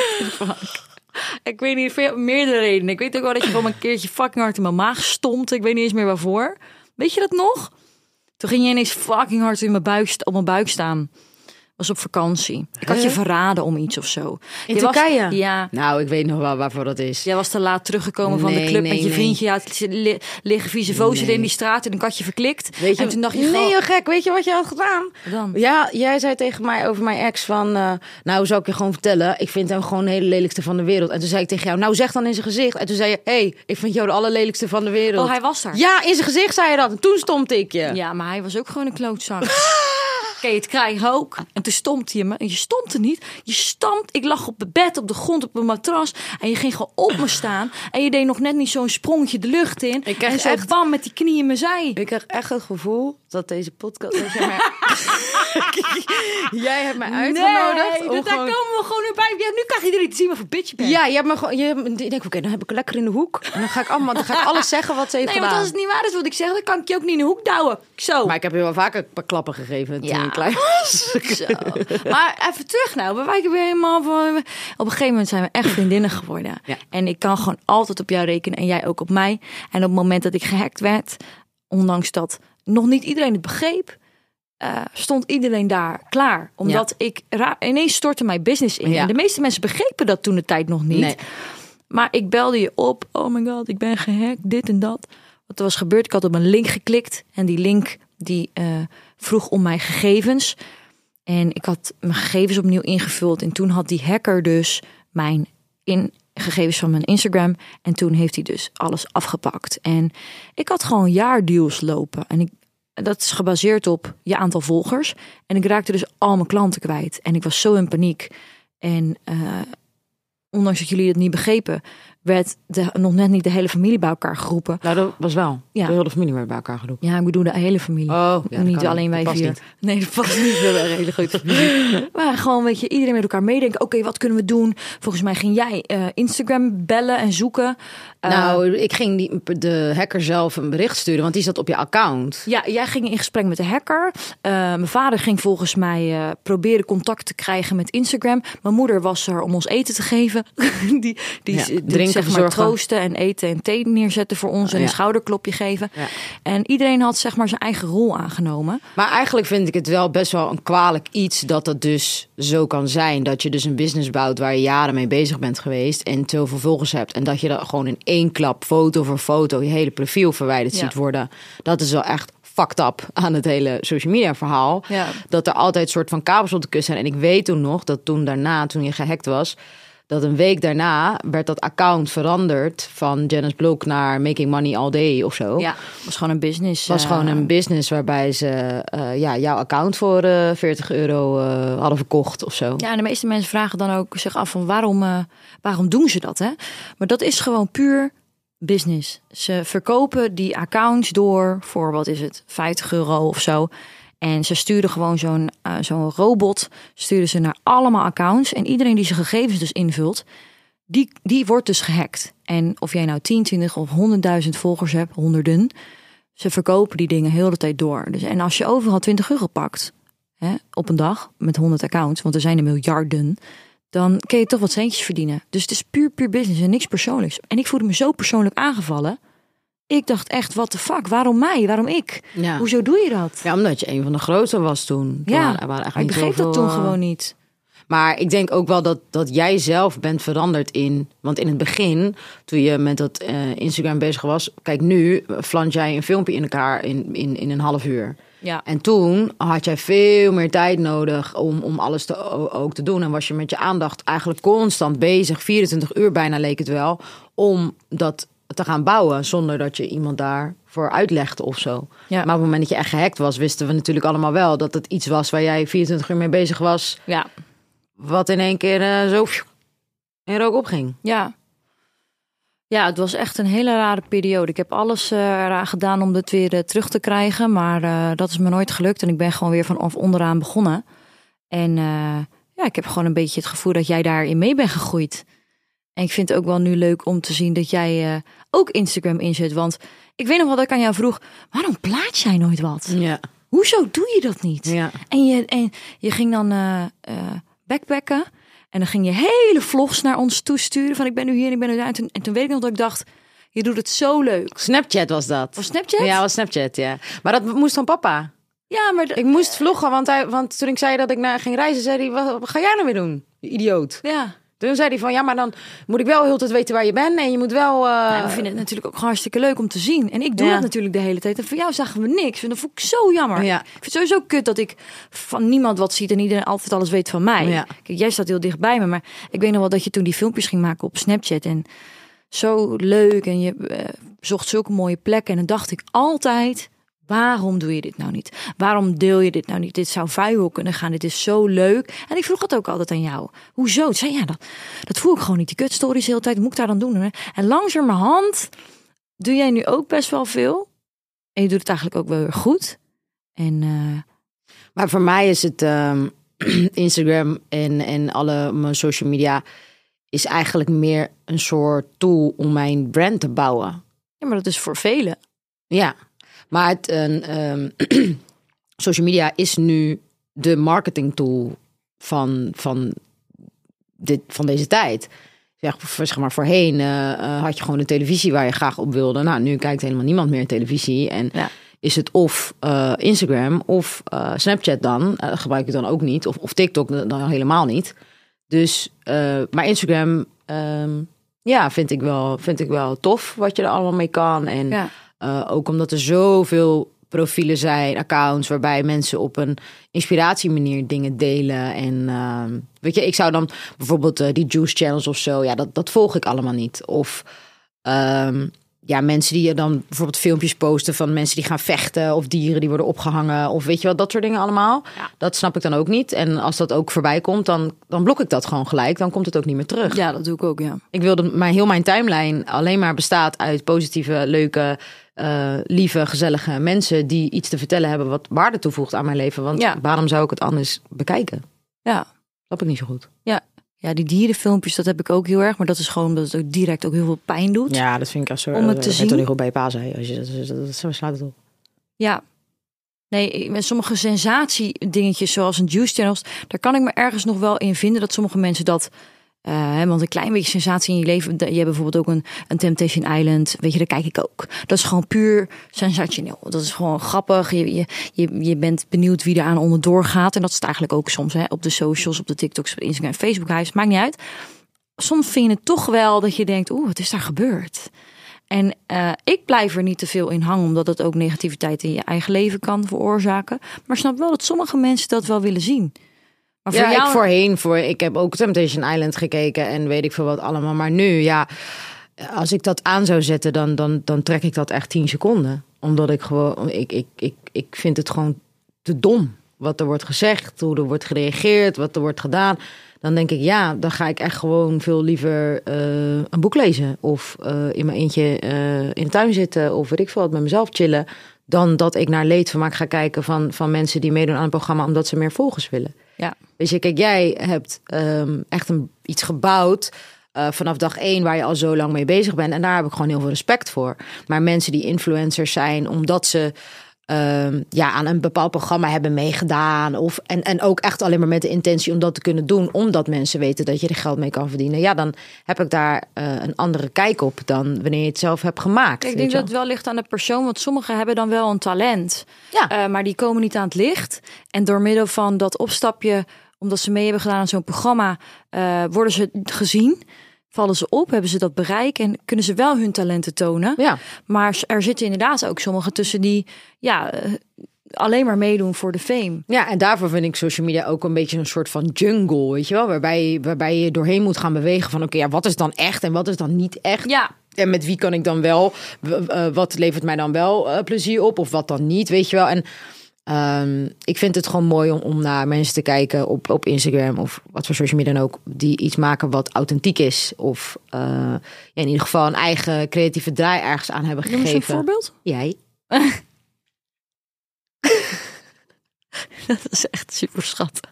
Speaker 4: ik weet niet, voor meerdere redenen. Ik weet ook wel dat je gewoon een keertje fucking hard in mijn maag stond. Ik weet niet eens meer waarvoor. Weet je dat nog? Toen ging je ineens fucking hard in mijn buik, op mijn buik staan. Was op vakantie. Ik had je verraden om iets of zo.
Speaker 6: In
Speaker 4: je
Speaker 6: Turkije?
Speaker 4: Was, ja.
Speaker 6: Nou, ik weet nog wel waarvoor dat is.
Speaker 4: Jij was te laat teruggekomen van
Speaker 6: nee,
Speaker 4: de club
Speaker 6: nee,
Speaker 4: met je
Speaker 6: nee.
Speaker 4: vriendje. Ja, het li- liggen vieze vozen nee. in die straat en een katje verklikt.
Speaker 6: Weet je,
Speaker 4: en toen dacht je
Speaker 6: nee,
Speaker 4: gewoon...
Speaker 6: joh, gek. Weet je wat je had gedaan?
Speaker 4: Wat dan?
Speaker 6: Ja, jij zei tegen mij over mijn ex van... Uh, nou, zou ik je gewoon vertellen. Ik vind hem gewoon de hele lelijkste van de wereld. En toen zei ik tegen jou, nou zeg dan in zijn gezicht. En toen zei je, hé, hey, ik vind jou de allerlelijkste van de wereld.
Speaker 4: Oh, hij was er?
Speaker 6: Ja, in zijn gezicht zei je dat. En toen stond ik je.
Speaker 4: Ja, maar hij was ook gewoon een klootzak. Oké, het krijgen ook. En toen stond hij me. En je stond er niet. Je stampt. Ik lag op het bed, op de grond, op een matras. En je ging gewoon op me staan. En je deed nog net niet zo'n sprongetje de lucht in.
Speaker 6: Ik
Speaker 4: en zo
Speaker 6: echt...
Speaker 4: bam met die knie in mijn zij.
Speaker 6: Ik kreeg echt het gevoel dat deze podcast... Dat jij, mij... jij hebt mij uitgenodigd.
Speaker 4: Nee,
Speaker 6: om
Speaker 4: dat, daar
Speaker 6: gewoon...
Speaker 4: komen we gewoon nu bij. Ja, nu krijg je er iets te zien wat voor bitch je bent.
Speaker 6: Ja, je hebt me gewoon... Je hebt... Ik denk, oké, okay, dan heb ik lekker in de hoek. En dan ga ik, allemaal, dan ga ik alles zeggen wat ze heeft
Speaker 4: nee,
Speaker 6: gedaan.
Speaker 4: Nee, want als het niet waar is wat ik zeg, dan kan ik je ook niet in de hoek douwen. Zo.
Speaker 6: Maar ik heb je wel vaker een paar klappen gegeven toen
Speaker 4: ja.
Speaker 6: je klein was.
Speaker 4: Zo. Maar even terug nou. We wijken weer helemaal van... Op een gegeven moment zijn we echt vriendinnen geworden. Ja. En ik kan gewoon altijd op jou rekenen. En jij ook op mij. En op het moment dat ik gehackt werd... Ondanks dat nog niet iedereen het begreep... Uh, stond iedereen daar klaar. Omdat ja. ik... Ra- ineens stortte mijn business in. Ja. En de meeste mensen begrepen dat toen de tijd nog niet. Nee. Maar ik belde je op. Oh my god, ik ben gehackt. Dit en dat. Wat er was gebeurd. Ik had op een link geklikt. En die link die uh, vroeg om mijn gegevens... En ik had mijn gegevens opnieuw ingevuld. En toen had die hacker dus mijn in, gegevens van mijn Instagram. En toen heeft hij dus alles afgepakt. En ik had gewoon jaardeals lopen. En ik, dat is gebaseerd op je aantal volgers. En ik raakte dus al mijn klanten kwijt. En ik was zo in paniek. En uh, ondanks dat jullie het niet begrepen... werd de, nog net niet de hele familie bij elkaar geroepen.
Speaker 6: Nou, dat was wel.
Speaker 4: Ja.
Speaker 6: De hele familie werd bij elkaar geroepen.
Speaker 4: Ja, ik bedoel de hele familie.
Speaker 6: Oh, ja,
Speaker 4: niet alleen wij vier.
Speaker 6: Niet.
Speaker 4: Nee, dat past niet. We hebben een hele grote familie. Maar gewoon, weet je, iedereen met elkaar meedenken. Oké, okay, wat kunnen we doen? Volgens mij ging jij uh, Instagram bellen en zoeken. Uh,
Speaker 6: nou, ik ging die, de hacker zelf een bericht sturen, want die zat op je account.
Speaker 4: Ja, jij ging in gesprek met de hacker. Uh, mijn vader ging volgens mij uh, proberen contact te krijgen met Instagram. Mijn moeder was er om ons eten te geven. die die
Speaker 6: ja,
Speaker 4: doet,
Speaker 6: drinken,
Speaker 4: zeg maar,
Speaker 6: verzorgen.
Speaker 4: Troosten en eten en thee neerzetten voor ons. En
Speaker 6: ja.
Speaker 4: een schouderklopje geven. Ja. En iedereen had zeg maar zijn eigen rol aangenomen.
Speaker 6: Maar eigenlijk vind ik het wel best wel een kwalijk iets dat het dus zo kan zijn. Dat je dus een business bouwt waar je jaren mee bezig bent geweest. En te veel volgers hebt. En dat je dat gewoon in één klap, foto voor foto, je hele profiel verwijderd ja. ziet worden. Dat is wel echt fucked up aan het hele social media verhaal.
Speaker 4: Ja.
Speaker 6: Dat er altijd soort van kabels op de kust zijn. En ik weet toen nog dat toen daarna, toen je gehackt was... dat een week daarna werd dat account veranderd van Janice Blok naar Making Money All Day of zo.
Speaker 4: Ja, was gewoon een business.
Speaker 6: Het was
Speaker 4: uh,
Speaker 6: gewoon een business waarbij ze uh, ja, jouw account voor uh, veertig euro uh, hadden verkocht of zo.
Speaker 4: Ja, en de meeste mensen vragen dan ook zich af van waarom, uh, waarom doen ze dat, hè? Maar dat is gewoon puur business. Ze verkopen die accounts door voor, wat is het, vijftig euro of zo. En ze sturen gewoon zo'n uh, zo'n robot, sturen ze naar allemaal accounts. En iedereen die zijn gegevens dus invult, die, die wordt dus gehackt. En of jij nou tien, twintig of honderdduizend volgers hebt, honderden, ze verkopen die dingen heel de tijd door. Dus, en als je overal twintig euro pakt, hè, op een dag, met honderd accounts, want er zijn er miljarden, dan kun je toch wat centjes verdienen. Dus het is puur, puur business en niks persoonlijks. En ik voelde me zo persoonlijk aangevallen. Ik dacht echt, what the fuck, waarom mij, waarom ik?
Speaker 6: Ja.
Speaker 4: Hoezo doe je dat?
Speaker 6: Ja, omdat je een van de grootste was toen.
Speaker 4: Ja,
Speaker 6: toen er waren
Speaker 4: ik begreep dat toen uh... gewoon niet.
Speaker 6: Maar ik denk ook wel dat, dat jij zelf bent veranderd in... Want in het begin, toen je met dat uh, Instagram bezig was... Kijk, nu flans jij een filmpje in elkaar in, in, in een half uur.
Speaker 4: Ja.
Speaker 6: En toen had jij veel meer tijd nodig om, om alles te, ook te doen. En was je met je aandacht eigenlijk constant bezig. vierentwintig uur bijna leek het wel. Om dat te gaan bouwen zonder dat je iemand daarvoor uitlegde of zo.
Speaker 4: Ja.
Speaker 6: Maar op het moment dat je echt gehackt was... wisten we natuurlijk allemaal wel dat het iets was... waar jij vierentwintig uur mee bezig was...
Speaker 4: Ja.
Speaker 6: Wat in één keer uh, zo in rook opging.
Speaker 4: Ja. Ja, het was echt een hele rare periode. Ik heb alles uh, eraan gedaan om het weer uh, terug te krijgen. Maar uh, dat is me nooit gelukt. En ik ben gewoon weer vanaf onderaan begonnen. En uh, ja, ik heb gewoon een beetje het gevoel dat jij daarin mee bent gegroeid. En ik vind het ook wel nu leuk om te zien dat jij uh, ook Instagram inzet. Want ik weet nog wel dat ik aan jou vroeg... waarom plaats jij nooit wat?
Speaker 6: Ja.
Speaker 4: Hoezo doe je dat niet?
Speaker 6: Ja.
Speaker 4: En, je, en je ging dan... Uh, uh, backpacken. En dan ging je hele vlogs naar ons toesturen. Van ik ben nu hier en ik ben nu daar. En toen, en toen weet ik nog dat ik dacht, je doet het zo leuk.
Speaker 6: Snapchat was dat.
Speaker 4: Was Snapchat?
Speaker 6: Ja, was Snapchat, ja. Maar dat moest van papa.
Speaker 4: Ja, maar... De,
Speaker 6: ik moest vloggen, want, hij, want toen ik zei dat ik naar ging reizen, zei hij, wat, wat ga jij nou weer doen? Je idioot.
Speaker 4: Ja.
Speaker 6: Toen zei hij van, ja, maar dan moet ik wel heel tijd weten waar je bent. En je moet wel... Uh...
Speaker 4: Ja, we vinden het natuurlijk ook hartstikke leuk om te zien. En ik doe
Speaker 6: ja.
Speaker 4: dat natuurlijk de hele tijd. En van jou zagen we niks. En dat vond ik zo jammer.
Speaker 6: Ja.
Speaker 4: Ik vind het sowieso kut dat ik van niemand wat ziet en iedereen altijd alles weet van mij.
Speaker 6: Ja.
Speaker 4: Kijk, jij staat heel dicht bij me. Maar ik weet nog wel dat je toen die filmpjes ging maken op Snapchat. En zo leuk. En je uh, zocht zulke mooie plekken. En dan dacht ik altijd... Waarom doe je dit nou niet? Waarom deel je dit nou niet? Dit zou viral kunnen gaan. Dit is zo leuk. En ik vroeg het ook altijd aan jou. Hoezo? Ik zei, ja, dat, dat voel ik gewoon niet. Die kutstories de hele tijd. Wat moet ik daar dan doen? Hè? En langzamerhand doe jij nu ook best wel veel. En je doet het eigenlijk ook wel weer goed. En, uh...
Speaker 6: Maar voor mij is het um, Instagram en, en alle mijn social media... is eigenlijk meer een soort tool om mijn brand te bouwen.
Speaker 4: Ja, maar dat is voor velen.
Speaker 6: Ja. Maar het, uh, um, social media is nu de marketing tool van, van, dit, van deze tijd. Zeg, zeg maar voorheen uh, uh, had je gewoon een televisie waar je graag op wilde. Nou, nu kijkt helemaal niemand meer televisie. En ja. is het of uh, Instagram of uh, Snapchat dan. Uh, gebruik ik dan ook niet. Of, of TikTok dan helemaal niet. Dus, uh, maar Instagram, um, ja, vind ik, wel, vind ik wel tof wat je er allemaal mee kan. En... Ja. Uh, ook omdat er zoveel profielen zijn, accounts... waarbij mensen op een inspiratiemanier dingen delen. En uh, weet je, ik zou dan bijvoorbeeld uh, die juice channels of zo... ja, dat, dat volg ik allemaal niet. Of um, ja, mensen die je dan bijvoorbeeld filmpjes posten... van mensen die gaan vechten of dieren die worden opgehangen... of weet je wat, dat soort dingen allemaal. Ja. Dat snap ik dan ook niet. En als dat ook voorbij komt, dan, dan blok ik dat gewoon gelijk. Dan komt het ook niet meer terug.
Speaker 4: Ja, dat doe ik ook, ja.
Speaker 6: Ik wil dat mijn, heel mijn timeline alleen maar bestaat uit positieve, leuke... Uh, lieve, gezellige mensen die iets te vertellen hebben wat waarde toevoegt aan mijn leven. Want ja. waarom zou ik het anders bekijken?
Speaker 4: Ja.
Speaker 6: Snap ik niet zo goed.
Speaker 4: Ja. Ja, die dierenfilmpjes, dat heb ik ook heel erg. Maar dat is gewoon omdat het ook direct ook heel veel pijn doet.
Speaker 6: Ja, dat vind ik als zo.
Speaker 4: Om het te zien.
Speaker 6: Dat is toch bij je pa zei. Als je, dat, dat, dat, dat slaat het op.
Speaker 4: Ja. Nee, met sommige sensatiedingetjes zoals een juice channels, daar kan ik me ergens nog wel in vinden dat sommige mensen dat... Uh, want een klein beetje sensatie in je leven. Je hebt bijvoorbeeld ook een, een Temptation Island. Weet je, daar kijk ik ook. Dat is gewoon puur sensationeel. Dat is gewoon grappig. Je, je, je, je bent benieuwd wie er aan onderdoor gaat. En dat is het eigenlijk ook soms. Hè, op de socials, op de TikToks, op Instagram, Facebook. Huis, maakt niet uit. Soms vind je het toch wel dat je denkt, oeh, wat is daar gebeurd? En uh, ik blijf er niet te veel in hangen. Omdat het ook negativiteit in je eigen leven kan veroorzaken. Maar snap wel dat sommige mensen dat wel willen zien. Maar voor
Speaker 6: ja,
Speaker 4: jou...
Speaker 6: ik voorheen, voor, ik heb ook Temptation Island gekeken en weet ik veel wat allemaal. Maar nu, ja, als ik dat aan zou zetten, dan, dan, dan trek ik dat echt tien seconden. Omdat ik gewoon, ik, ik, ik, ik vind het gewoon te dom. Wat er wordt gezegd, hoe er wordt gereageerd, wat er wordt gedaan. Dan denk ik, ja, dan ga ik echt gewoon veel liever uh, een boek lezen. Of uh, in mijn eentje uh, in de tuin zitten. Of weet ik veel wat, met mezelf chillen. Dan dat ik naar leedvermaak ga kijken van, van mensen die meedoen aan het programma. Omdat ze meer volgers willen.
Speaker 4: Ja.
Speaker 6: Weet je, kijk, jij hebt um, echt een, iets gebouwd uh, vanaf dag één waar je al zo lang mee bezig bent. En daar heb ik gewoon heel veel respect voor. Maar mensen die influencers zijn omdat ze um, ja, aan een bepaald programma hebben meegedaan. Of, en, en ook echt alleen maar met de intentie om dat te kunnen doen. Omdat mensen weten dat je er geld mee kan verdienen. Ja, dan heb ik daar uh, een andere kijk op dan wanneer je het zelf hebt gemaakt.
Speaker 4: Ik denk dat het wel ligt aan de persoon. Want sommigen hebben dan wel een talent.
Speaker 6: Ja.
Speaker 4: Uh, maar die komen niet aan het licht. En door middel van dat opstapje, omdat ze mee hebben gedaan aan zo'n programma, uh, worden ze gezien. Vallen ze op, hebben ze dat bereik en kunnen ze wel hun talenten tonen.
Speaker 6: Ja.
Speaker 4: Maar er zitten inderdaad ook sommigen tussen die ja, uh, alleen maar meedoen voor de fame.
Speaker 6: Ja, en daarvoor vind ik social media ook een beetje een soort van jungle, weet je wel? Waarbij, waarbij je doorheen moet gaan bewegen van oké, okay, ja, wat is dan echt en wat is dan niet echt?
Speaker 4: Ja.
Speaker 6: En met wie kan ik dan wel, uh, wat levert mij dan wel uh, plezier op of wat dan niet, weet je wel? En Um, ik vind het gewoon mooi om, om naar mensen te kijken op, op Instagram of wat voor social media dan ook, die iets maken wat authentiek is. Of uh, ja, in ieder geval een eigen creatieve draai ergens aan hebben gegeven.
Speaker 4: Noem eens een voorbeeld?
Speaker 6: Jij.
Speaker 4: Dat is echt super schattig.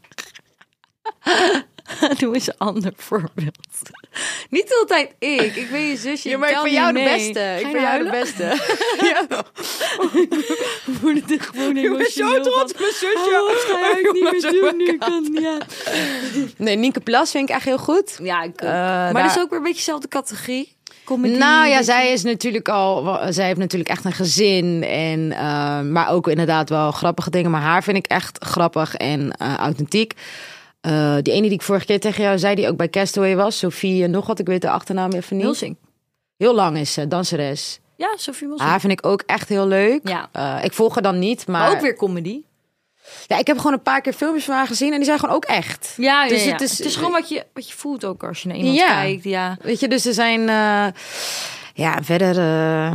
Speaker 4: Doe eens een ander voorbeeld. Niet altijd ik. Ik ben je zusje.
Speaker 6: Ja, maar ik ben jou de beste. Ik ben jou de beste. Ja.
Speaker 4: We worden er gewoon
Speaker 6: Ik ben zo trots op mijn zusje.
Speaker 4: Oh, ga jij het niet meer doen nu? Kan, ja.
Speaker 6: Nee, Nienke Plas vind ik echt heel goed.
Speaker 4: Ja, ik ook.
Speaker 6: Uh,
Speaker 4: maar
Speaker 6: daar...
Speaker 4: dat is ook weer een beetje dezelfde categorie. Comedy,
Speaker 6: nou ja,
Speaker 4: beetje...
Speaker 6: zij is natuurlijk al, zij heeft natuurlijk echt een gezin en uh, maar ook inderdaad wel grappige dingen. Maar haar vind ik echt grappig en uh, authentiek. Uh, die ene die ik vorige keer tegen jou zei, die ook bij Castaway was, Sophie nog wat, ik weet de achternaam even niet.
Speaker 4: Mulsing.
Speaker 6: Heel lang is ze, danseres.
Speaker 4: Ja, Sophie Mulsing.
Speaker 6: Haar vind ik ook echt heel leuk.
Speaker 4: Ja.
Speaker 6: Uh, ik volg haar dan niet, maar...
Speaker 4: maar ook weer comedy.
Speaker 6: Ja, ik heb gewoon een paar keer filmpjes van haar gezien en die zijn gewoon ook echt.
Speaker 4: Ja,
Speaker 6: dus
Speaker 4: ja, ja.
Speaker 6: Het, is,
Speaker 4: het is gewoon wat je, wat je voelt ook als je naar iemand
Speaker 6: ja.
Speaker 4: kijkt. Ja.
Speaker 6: Weet je, dus er zijn... Uh, ja, verder... Uh,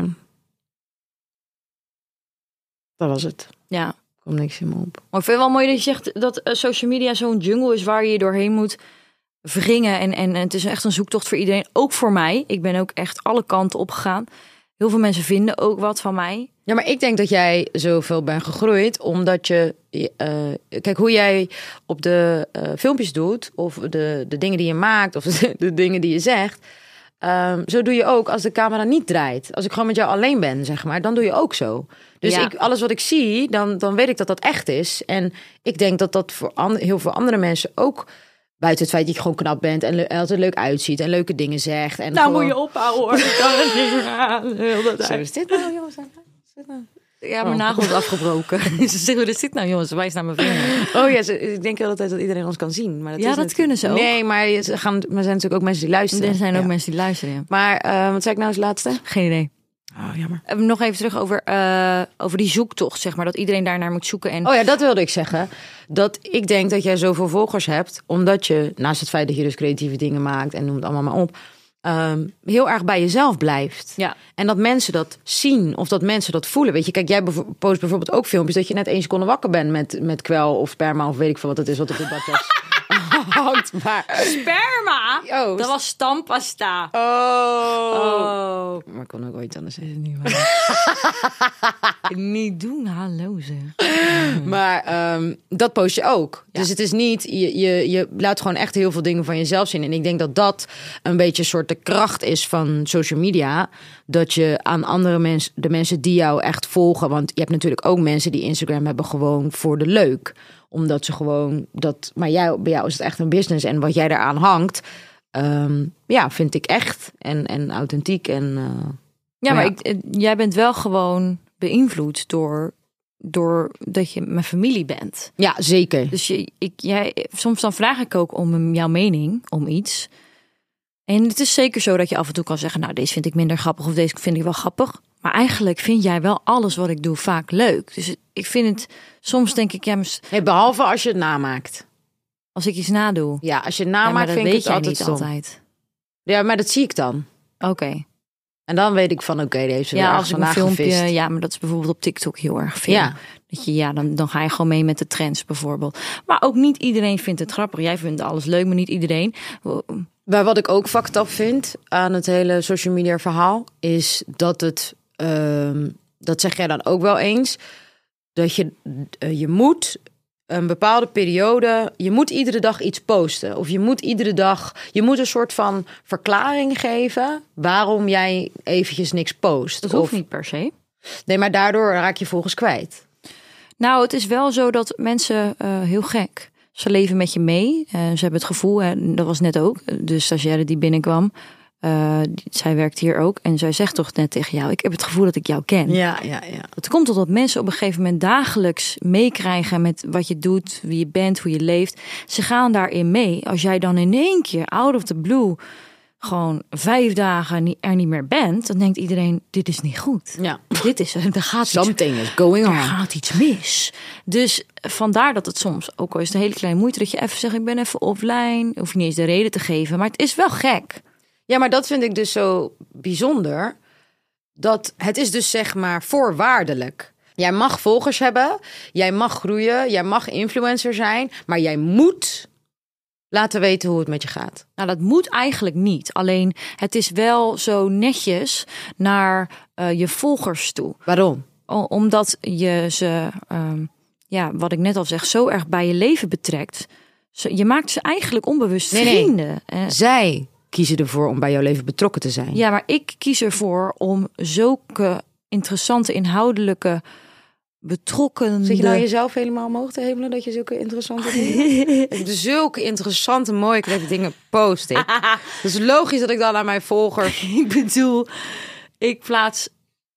Speaker 6: dat was het.
Speaker 4: Ja.
Speaker 6: Komt niks in me op.
Speaker 4: Maar ik vind het wel mooi dat je zegt dat uh, social media zo'n jungle is waar je je doorheen moet wringen. En, en, en het is echt een zoektocht voor iedereen. Ook voor mij. Ik ben ook echt alle kanten opgegaan. Heel veel mensen vinden ook wat van mij.
Speaker 6: Ja, maar ik denk dat jij zoveel bent gegroeid omdat je... Uh, kijk, hoe jij op de uh, filmpjes doet of de, de dingen die je maakt of de, de dingen die je zegt... Um, zo doe je ook als de camera niet draait. Als ik gewoon met jou alleen ben, zeg maar, dan doe je ook zo. Dus
Speaker 4: ja.
Speaker 6: ik, alles wat ik zie, dan, dan weet ik dat dat echt is. En ik denk dat dat voor an- heel veel andere mensen ook... buiten het feit dat je gewoon knap bent en le- altijd leuk uitziet en leuke dingen zegt. En
Speaker 4: nou
Speaker 6: gewoon...
Speaker 4: moet je ophouden hoor. Ik kan het niet meer aan. Heel dat
Speaker 6: Zo is dit nou, jongens? Dit nou?
Speaker 4: Ja, mijn nagel is afgebroken. Ze zeggen, wat is dit nou jongens? Wijs naar mijn vinger.
Speaker 6: Oh ja, ze, ik denk de hele tijd dat iedereen ons kan zien. Maar dat
Speaker 4: Ja,
Speaker 6: is
Speaker 4: dat
Speaker 6: net...
Speaker 4: kunnen ze ook.
Speaker 6: Nee, maar ze gaan, maar er zijn natuurlijk ook mensen die luisteren.
Speaker 4: Er zijn ook
Speaker 6: ja.
Speaker 4: mensen die luisteren. Ja.
Speaker 6: Maar uh, wat zei ik nou als laatste?
Speaker 4: Geen idee.
Speaker 6: Oh, jammer.
Speaker 4: Nog even terug over, uh, over die zoektocht, zeg maar. Dat iedereen daarnaar moet zoeken. En...
Speaker 6: Oh ja, dat wilde ik zeggen. Dat ik denk dat jij zoveel volgers hebt. Omdat je, naast het feit dat je dus creatieve dingen maakt. En noem het allemaal maar op. Um, heel erg bij jezelf blijft.
Speaker 4: Ja.
Speaker 6: En dat mensen dat zien. Of dat mensen dat voelen. Weet je, kijk, jij bev- post bijvoorbeeld ook filmpjes. Dat je net één seconde wakker bent met, met kwel of sperma. Of weet ik veel wat het is wat op de badjas hangt. Maar...
Speaker 4: Sperma?
Speaker 6: Oh,
Speaker 4: dat was stampasta.
Speaker 6: Oh.
Speaker 4: Oh.
Speaker 6: Maar ik kon ook ooit anders zeggen.
Speaker 4: Niet waar. Niet doen, hallo zeg.
Speaker 6: Maar um, dat post je ook.
Speaker 4: Ja.
Speaker 6: Dus het is niet, je, je, je laat gewoon echt heel veel dingen van jezelf zien. En ik denk dat dat een beetje een soort de kracht is van social media. Dat je aan andere mensen, de mensen die jou echt volgen. Want je hebt natuurlijk ook mensen die Instagram hebben gewoon voor de leuk. Omdat ze gewoon dat, maar jou, bij jou is het echt een business. En wat jij daaraan hangt, um, ja, vind ik echt en, en authentiek. En, uh,
Speaker 4: Ja, maar
Speaker 6: ja.
Speaker 4: Ik, jij bent wel gewoon beïnvloed door, door dat je mijn familie bent.
Speaker 6: Ja, zeker.
Speaker 4: Dus je, ik, jij, soms dan vraag ik ook om jouw mening om iets. En het is zeker zo dat je af en toe kan zeggen, nou, deze vind ik minder grappig of deze vind ik wel grappig. Maar eigenlijk vind jij wel alles wat ik doe vaak leuk. Dus ik vind het, soms denk ik, ja, mis...
Speaker 6: Hey, behalve als je het namaakt.
Speaker 4: Als ik iets nadoe.
Speaker 6: Ja, als je
Speaker 4: Ja,
Speaker 6: namaakt,
Speaker 4: maar dat
Speaker 6: vind ik
Speaker 4: weet
Speaker 6: het
Speaker 4: jij
Speaker 6: altijd
Speaker 4: niet
Speaker 6: stom.
Speaker 4: altijd.
Speaker 6: Ja, maar dat zie ik dan.
Speaker 4: Oké.
Speaker 6: En dan weet ik van, oké, okay, die heeft ze weer
Speaker 4: Ja,
Speaker 6: ergens
Speaker 4: als ik een
Speaker 6: vandaan
Speaker 4: filmpje...
Speaker 6: gevist.
Speaker 4: Ja, maar dat is bijvoorbeeld op TikTok heel erg veel.
Speaker 6: Ja.
Speaker 4: Dat je, ja, dan, dan ga je gewoon mee met de trends bijvoorbeeld. Maar ook niet iedereen vindt het grappig. Jij vindt alles leuk, maar niet iedereen.
Speaker 6: Maar wat ik ook fucked up vind aan het hele social media verhaal... is dat het, um, dat zeg jij dan ook wel eens... dat je, uh, je moet een bepaalde periode... je moet iedere dag iets posten. Of je moet iedere dag... je moet een soort van verklaring geven... waarom jij eventjes niks post.
Speaker 4: Dat hoeft
Speaker 6: of,
Speaker 4: niet per se.
Speaker 6: Nee, maar daardoor raak je volgens kwijt.
Speaker 4: Nou, het is wel zo dat mensen uh, heel gek... Ze leven met je mee. Uh, ze hebben het gevoel, en dat was net ook, de stagiaire die binnenkwam. Uh, die, zij werkt hier ook. En zij zegt toch net tegen jou, ik heb het gevoel dat ik jou ken.
Speaker 6: Ja, ja, ja.
Speaker 4: Het komt totdat mensen op een gegeven moment dagelijks meekrijgen met wat je doet, wie je bent, hoe je leeft. Ze gaan daarin mee. Als jij dan in één keer, out of the blue, gewoon vijf dagen er niet meer bent, dan denkt iedereen, dit is niet goed.
Speaker 6: Ja.
Speaker 4: Dit is, er gaat
Speaker 6: Something
Speaker 4: iets,
Speaker 6: is going
Speaker 4: er
Speaker 6: on.
Speaker 4: gaat iets mis. Dus vandaar dat het soms, ook al is het een hele kleine moeite, dat je even zegt, ik ben even offline. Hoef je niet eens de reden te geven, maar het is wel gek.
Speaker 6: Ja, maar dat vind ik dus zo bijzonder. Dat het is dus zeg maar voorwaardelijk. Jij mag volgers hebben, jij mag groeien, jij mag influencer zijn, maar jij moet laten weten hoe het met je gaat.
Speaker 4: Nou, dat moet eigenlijk niet. Alleen het is wel zo netjes naar uh, je volgers toe.
Speaker 6: Waarom?
Speaker 4: O, omdat je ze, um, ja, wat ik net al zeg, zo erg bij je leven betrekt. Je maakt ze eigenlijk onbewust
Speaker 6: nee,
Speaker 4: vrienden.
Speaker 6: Nee. Zij kiezen ervoor om bij jouw leven betrokken te zijn.
Speaker 4: Ja, maar ik kies ervoor om zulke interessante, inhoudelijke, betrokken.
Speaker 6: Zit je nou jezelf helemaal omhoog te hemelen dat je zulke interessante dingen... zulke interessante, mooie, creatieve dingen post ik. Dus logisch dat ik dan aan mijn volgers...
Speaker 4: Ik bedoel, ik plaats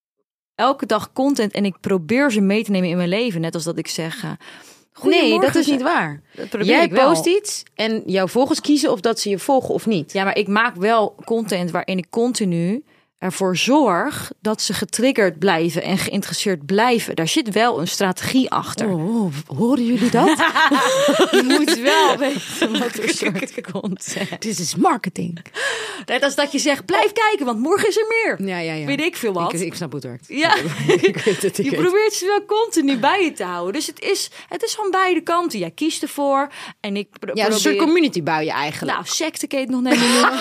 Speaker 4: elke dag content en ik probeer ze mee te nemen in mijn leven. Net als dat ik zeg... Uh,
Speaker 6: nee, dat is niet waar. Jij post iets en jouw volgers kiezen of dat ze je volgen of niet.
Speaker 4: Ja, maar ik maak wel content waarin ik continu ervoor zorg dat ze getriggerd blijven en geïnteresseerd blijven. Daar zit wel een strategie achter.
Speaker 6: Oh, horen jullie dat?
Speaker 4: Je moet wel weten wat voor soort content.
Speaker 6: Dit is marketing.
Speaker 4: Net als dat je zegt, blijf kijken, want morgen is er meer.
Speaker 6: Ja, ja, ja.
Speaker 4: Weet ik veel wat.
Speaker 6: Ik, ik snap hoe het werkt.
Speaker 4: Ja,
Speaker 6: ik weet het, ik
Speaker 4: je
Speaker 6: weet.
Speaker 4: probeert ze wel continu bij je te houden. Dus het is, het is van beide kanten. Jij kiest ervoor en ik pro-
Speaker 6: Ja,
Speaker 4: probeer...
Speaker 6: een soort community bouw je eigenlijk.
Speaker 4: Nou, secteketen nog net niet noemen.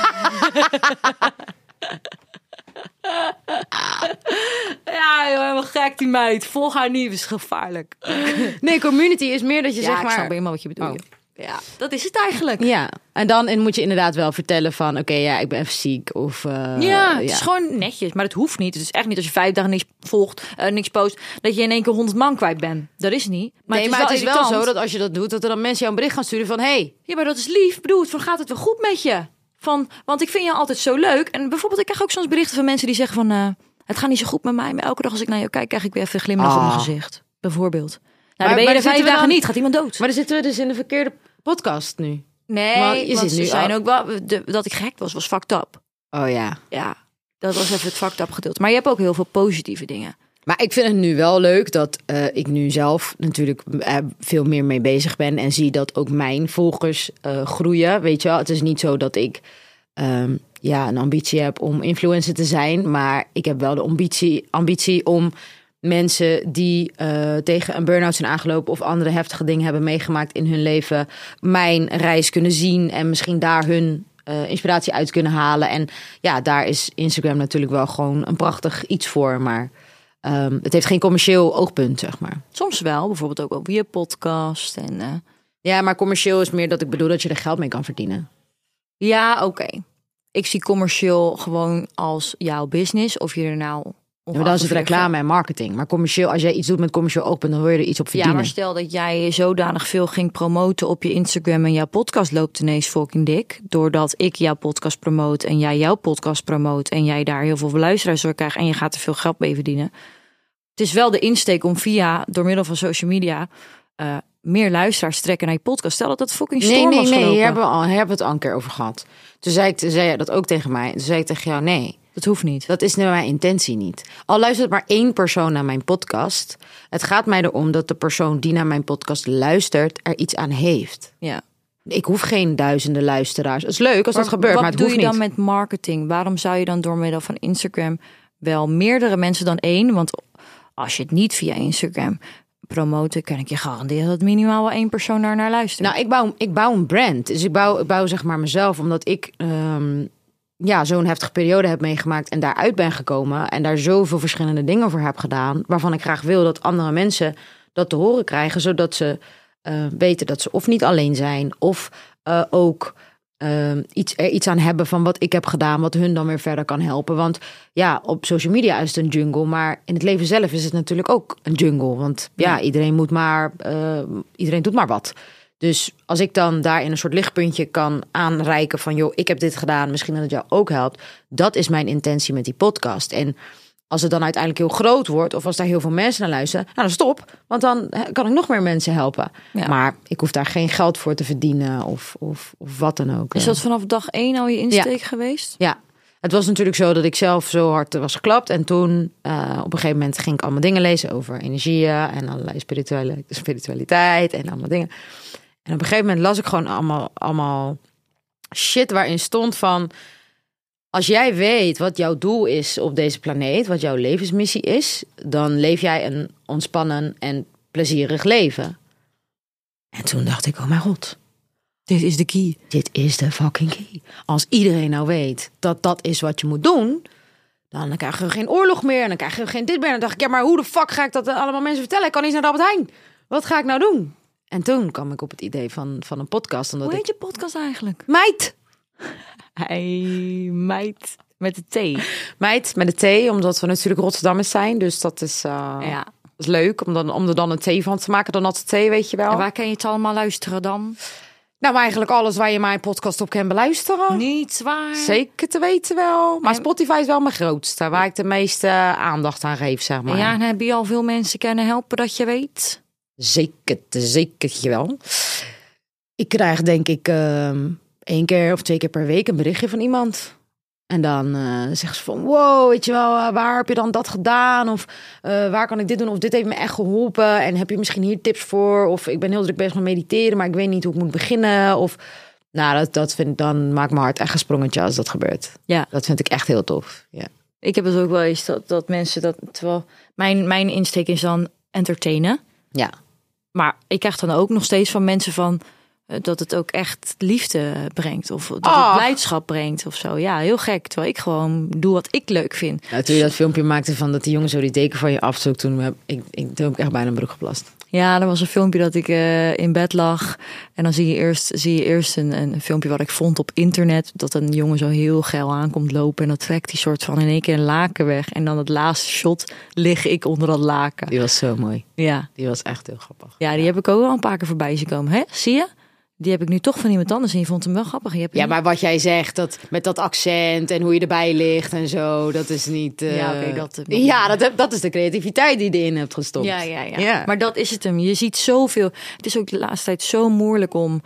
Speaker 4: Ja, joh, helemaal gek die meid. Volg haar niet, is gevaarlijk.
Speaker 6: Nee, community is meer dat je
Speaker 4: Ja,
Speaker 6: zeg
Speaker 4: ik
Speaker 6: maar...
Speaker 4: snap helemaal wat je bedoelt.
Speaker 6: Oh.
Speaker 4: Ja, dat is het eigenlijk.
Speaker 6: Ja, en dan en moet je inderdaad wel vertellen van... oké, okay, ja, ik ben even ziek of... Uh,
Speaker 4: ja, het
Speaker 6: ja.
Speaker 4: is gewoon netjes, maar het hoeft niet. Het is echt niet als je vijf dagen niks volgt, uh, niks post... dat je in één keer honderd man kwijt bent. Dat is niet. Maar
Speaker 6: nee,
Speaker 4: het is
Speaker 6: maar
Speaker 4: wel
Speaker 6: het is wel
Speaker 4: irritant.
Speaker 6: zo dat als je dat doet... dat er dan mensen jou een bericht gaan sturen van... hey.
Speaker 4: Ja, maar dat is lief. Ik bedoel, van gaat het wel goed met je? Van, want ik vind je altijd zo leuk. En bijvoorbeeld, ik krijg ook soms berichten van mensen die zeggen van... Uh, het gaat niet zo goed met mij, maar elke dag als ik naar jou kijk... krijg ik weer even een glimlach
Speaker 6: Ah.
Speaker 4: op mijn gezicht. Bijvoorbeeld. Nou,
Speaker 6: Maar-
Speaker 4: dan ben je
Speaker 6: maar
Speaker 4: er
Speaker 6: zitten
Speaker 4: vijf
Speaker 6: we
Speaker 4: dagen
Speaker 6: dan-
Speaker 4: niet. Gaat iemand dood?
Speaker 6: Maar dan zitten we dus in de verkeerde podcast nu.
Speaker 4: Nee,
Speaker 6: Maar je
Speaker 4: want
Speaker 6: zit
Speaker 4: ze
Speaker 6: nu
Speaker 4: zijn
Speaker 6: al-
Speaker 4: ook wel... De, dat ik gek was, was fucked up.
Speaker 6: Oh ja.
Speaker 4: Ja, dat was even het fucked up gedeelte. Maar je hebt ook heel veel positieve dingen.
Speaker 6: Maar ik vind het nu wel leuk dat uh, ik nu zelf natuurlijk uh, veel meer mee bezig ben. En zie dat ook mijn volgers uh, groeien. Weet je wel, het is niet zo dat ik um, ja, een ambitie heb om influencer te zijn. Maar ik heb wel de ambitie, ambitie om mensen die uh, tegen een burn-out zijn aangelopen... of andere heftige dingen hebben meegemaakt in hun leven... mijn reis kunnen zien en misschien daar hun... Uh, inspiratie uit kunnen halen. En ja, daar is Instagram natuurlijk wel gewoon een prachtig iets voor. Maar um, het heeft geen commercieel oogpunt, zeg maar.
Speaker 4: Soms wel, bijvoorbeeld ook op je podcast. En, uh...
Speaker 6: Ja, maar commercieel is meer dat ik bedoel dat je er geld mee kan verdienen.
Speaker 4: Ja, oké. Okay. Ik zie commercieel gewoon als jouw business. Of je er nou...
Speaker 6: Ja, maar dan is het reclame en marketing. Maar commercieel, als jij iets doet met commercieel oogpunt... dan wil je er iets op verdienen.
Speaker 4: Ja, maar stel dat jij zodanig veel ging promoten op je Instagram... en jouw podcast loopt ineens fucking dik. Doordat ik jouw podcast promote en jij jouw podcast promote... en jij daar heel veel luisteraars door krijgt... en je gaat er veel geld mee verdienen. Het is wel de insteek om via, door middel van social media... Uh, meer luisteraars te trekken naar je podcast. Stel dat dat fucking storm
Speaker 6: nee, nee,
Speaker 4: was
Speaker 6: nee,
Speaker 4: gelopen.
Speaker 6: Nee, hebben we al, hebben we het al een keer over gehad. Toen zei, ik, toen zei je dat ook tegen mij. Toen zei ik tegen jou, nee...
Speaker 4: Dat hoeft niet.
Speaker 6: Dat is nou mijn intentie niet. Al luistert maar één persoon naar mijn podcast. Het gaat mij erom dat de persoon die naar mijn podcast luistert... er iets aan heeft.
Speaker 4: Ja.
Speaker 6: Ik hoef geen duizenden luisteraars. Het is leuk als dat gebeurt, maar het
Speaker 4: wat doe
Speaker 6: hoeft
Speaker 4: je
Speaker 6: niet.
Speaker 4: dan met marketing? Waarom zou je dan door middel van Instagram wel meerdere mensen dan één? Want als je het niet via Instagram promoten, kan ik je garanderen dat minimaal wel één persoon daar naar luistert.
Speaker 6: Nou, ik bouw, ik bouw een brand. Dus ik bouw, ik bouw zeg maar mezelf, omdat ik um, ja, zo'n heftige periode heb meegemaakt en daaruit ben gekomen en daar zoveel verschillende dingen voor heb gedaan, waarvan ik graag wil dat andere mensen dat te horen krijgen, zodat ze uh, weten dat ze of niet alleen zijn, of uh, ook uh, iets, er iets aan hebben van wat ik heb gedaan, wat hun dan weer verder kan helpen. Want ja, op social media is het een jungle, maar in het leven zelf is het natuurlijk ook een jungle. Want ja, ja iedereen moet maar, uh, iedereen doet maar wat. Dus als ik dan daar in een soort lichtpuntje kan aanreiken van, joh, ik heb dit gedaan, misschien dat het jou ook helpt. Dat is mijn intentie met die podcast. En als het dan uiteindelijk heel groot wordt, of als daar heel veel mensen naar luisteren, nou dan stop, want dan kan ik nog meer mensen helpen. Ja. Maar ik hoef daar geen geld voor te verdienen of, of, of wat dan ook.
Speaker 4: Is dat vanaf dag één al je insteek
Speaker 6: ja.
Speaker 4: geweest?
Speaker 6: Ja. Het was natuurlijk zo dat ik zelf zo hard was geklapt. En toen uh, op een gegeven moment ging ik allemaal dingen lezen over energieën en allerlei spirituele, spiritualiteit en allemaal dingen. En op een gegeven moment las ik gewoon allemaal, allemaal shit waarin stond van, als jij weet wat jouw doel is op deze planeet, wat jouw levensmissie is, dan leef jij een ontspannen en plezierig leven. En toen dacht ik, oh mijn god.
Speaker 4: Dit is de key.
Speaker 6: Dit is de fucking key. Als iedereen nou weet dat dat is wat je moet doen, dan krijgen we geen oorlog meer en dan krijgen we geen dit meer. En dan dacht ik, ja, maar hoe de fuck ga ik dat allemaal mensen vertellen? Ik kan niet naar de Albert Heijn. Wat ga ik nou doen? En toen kwam ik op het idee van, van een podcast. Omdat
Speaker 4: hoe heet
Speaker 6: ik...
Speaker 4: je podcast eigenlijk?
Speaker 6: Meid!
Speaker 4: Hey, meid met de T.
Speaker 6: Meid met de T, omdat we natuurlijk Rotterdammers zijn. Dus dat is, uh,
Speaker 4: ja.
Speaker 6: dat is leuk om, dan, om er dan een T van te maken. Dan dat T, weet je wel.
Speaker 4: En waar kan je het allemaal luisteren dan?
Speaker 6: Nou, eigenlijk alles waar je mijn podcast op kan beluisteren.
Speaker 4: Niet waar.
Speaker 6: Zeker te weten wel. Maar Spotify is wel mijn grootste. Waar ik de meeste aandacht aan geef, zeg maar.
Speaker 4: Ja, en heb je al veel mensen kunnen helpen dat je weet?
Speaker 6: Zeker, zeker wel. Ik krijg denk ik uh, één keer of twee keer per week een berichtje van iemand. En dan uh, zeggen ze van, wow, weet je wel, uh, waar heb je dan dat gedaan? Of uh, waar kan ik dit doen? Of dit heeft me echt geholpen. En heb je misschien hier tips voor? Of ik ben heel druk bezig met mediteren, maar ik weet niet hoe ik moet beginnen. Of, nou, dat, dat vind, dan maakt mijn hart echt een sprongetje als dat gebeurt.
Speaker 4: Ja.
Speaker 6: Dat vind ik echt heel tof. Ja.
Speaker 4: Ik heb het ook wel eens dat, dat mensen dat, terwijl mijn, mijn insteek is dan entertainen.
Speaker 6: Ja.
Speaker 4: Maar ik krijg dan ook nog steeds van mensen van dat het ook echt liefde brengt. Of dat
Speaker 6: oh.
Speaker 4: het blijdschap brengt of zo. Ja, heel gek. Terwijl ik gewoon doe wat ik leuk vind.
Speaker 6: Nou, toen je dat filmpje maakte van dat die jongen zo die deken van je afzoek, toen heb ik, ik, toen heb ik echt bijna een broek geplast.
Speaker 4: Ja, er was een filmpje dat ik uh, in bed lag. En dan zie je eerst, zie je eerst een, een filmpje wat ik vond op internet. Dat een jongen zo heel geil aankomt lopen. En dan trekt die soort van in één keer een laken weg. En dan het laatste shot lig ik onder dat laken.
Speaker 6: Die was zo mooi.
Speaker 4: Ja.
Speaker 6: Die was echt heel grappig.
Speaker 4: Ja, die heb ik ook al een paar keer voorbij zien komen. Hè? Zie je? Die heb ik nu toch van iemand anders en je vond hem wel grappig. Je hebt
Speaker 6: ja,
Speaker 4: niet...
Speaker 6: maar wat jij zegt, dat met dat accent en hoe je erbij ligt en zo, dat is niet... Uh...
Speaker 4: Ja, oké, okay, dat... Uh,
Speaker 6: ja, dat, dat is de creativiteit die je erin hebt gestopt.
Speaker 4: Ja, ja, ja,
Speaker 6: ja.
Speaker 4: Maar dat is het hem. Je ziet zoveel... Het is ook de laatste tijd zo moeilijk om,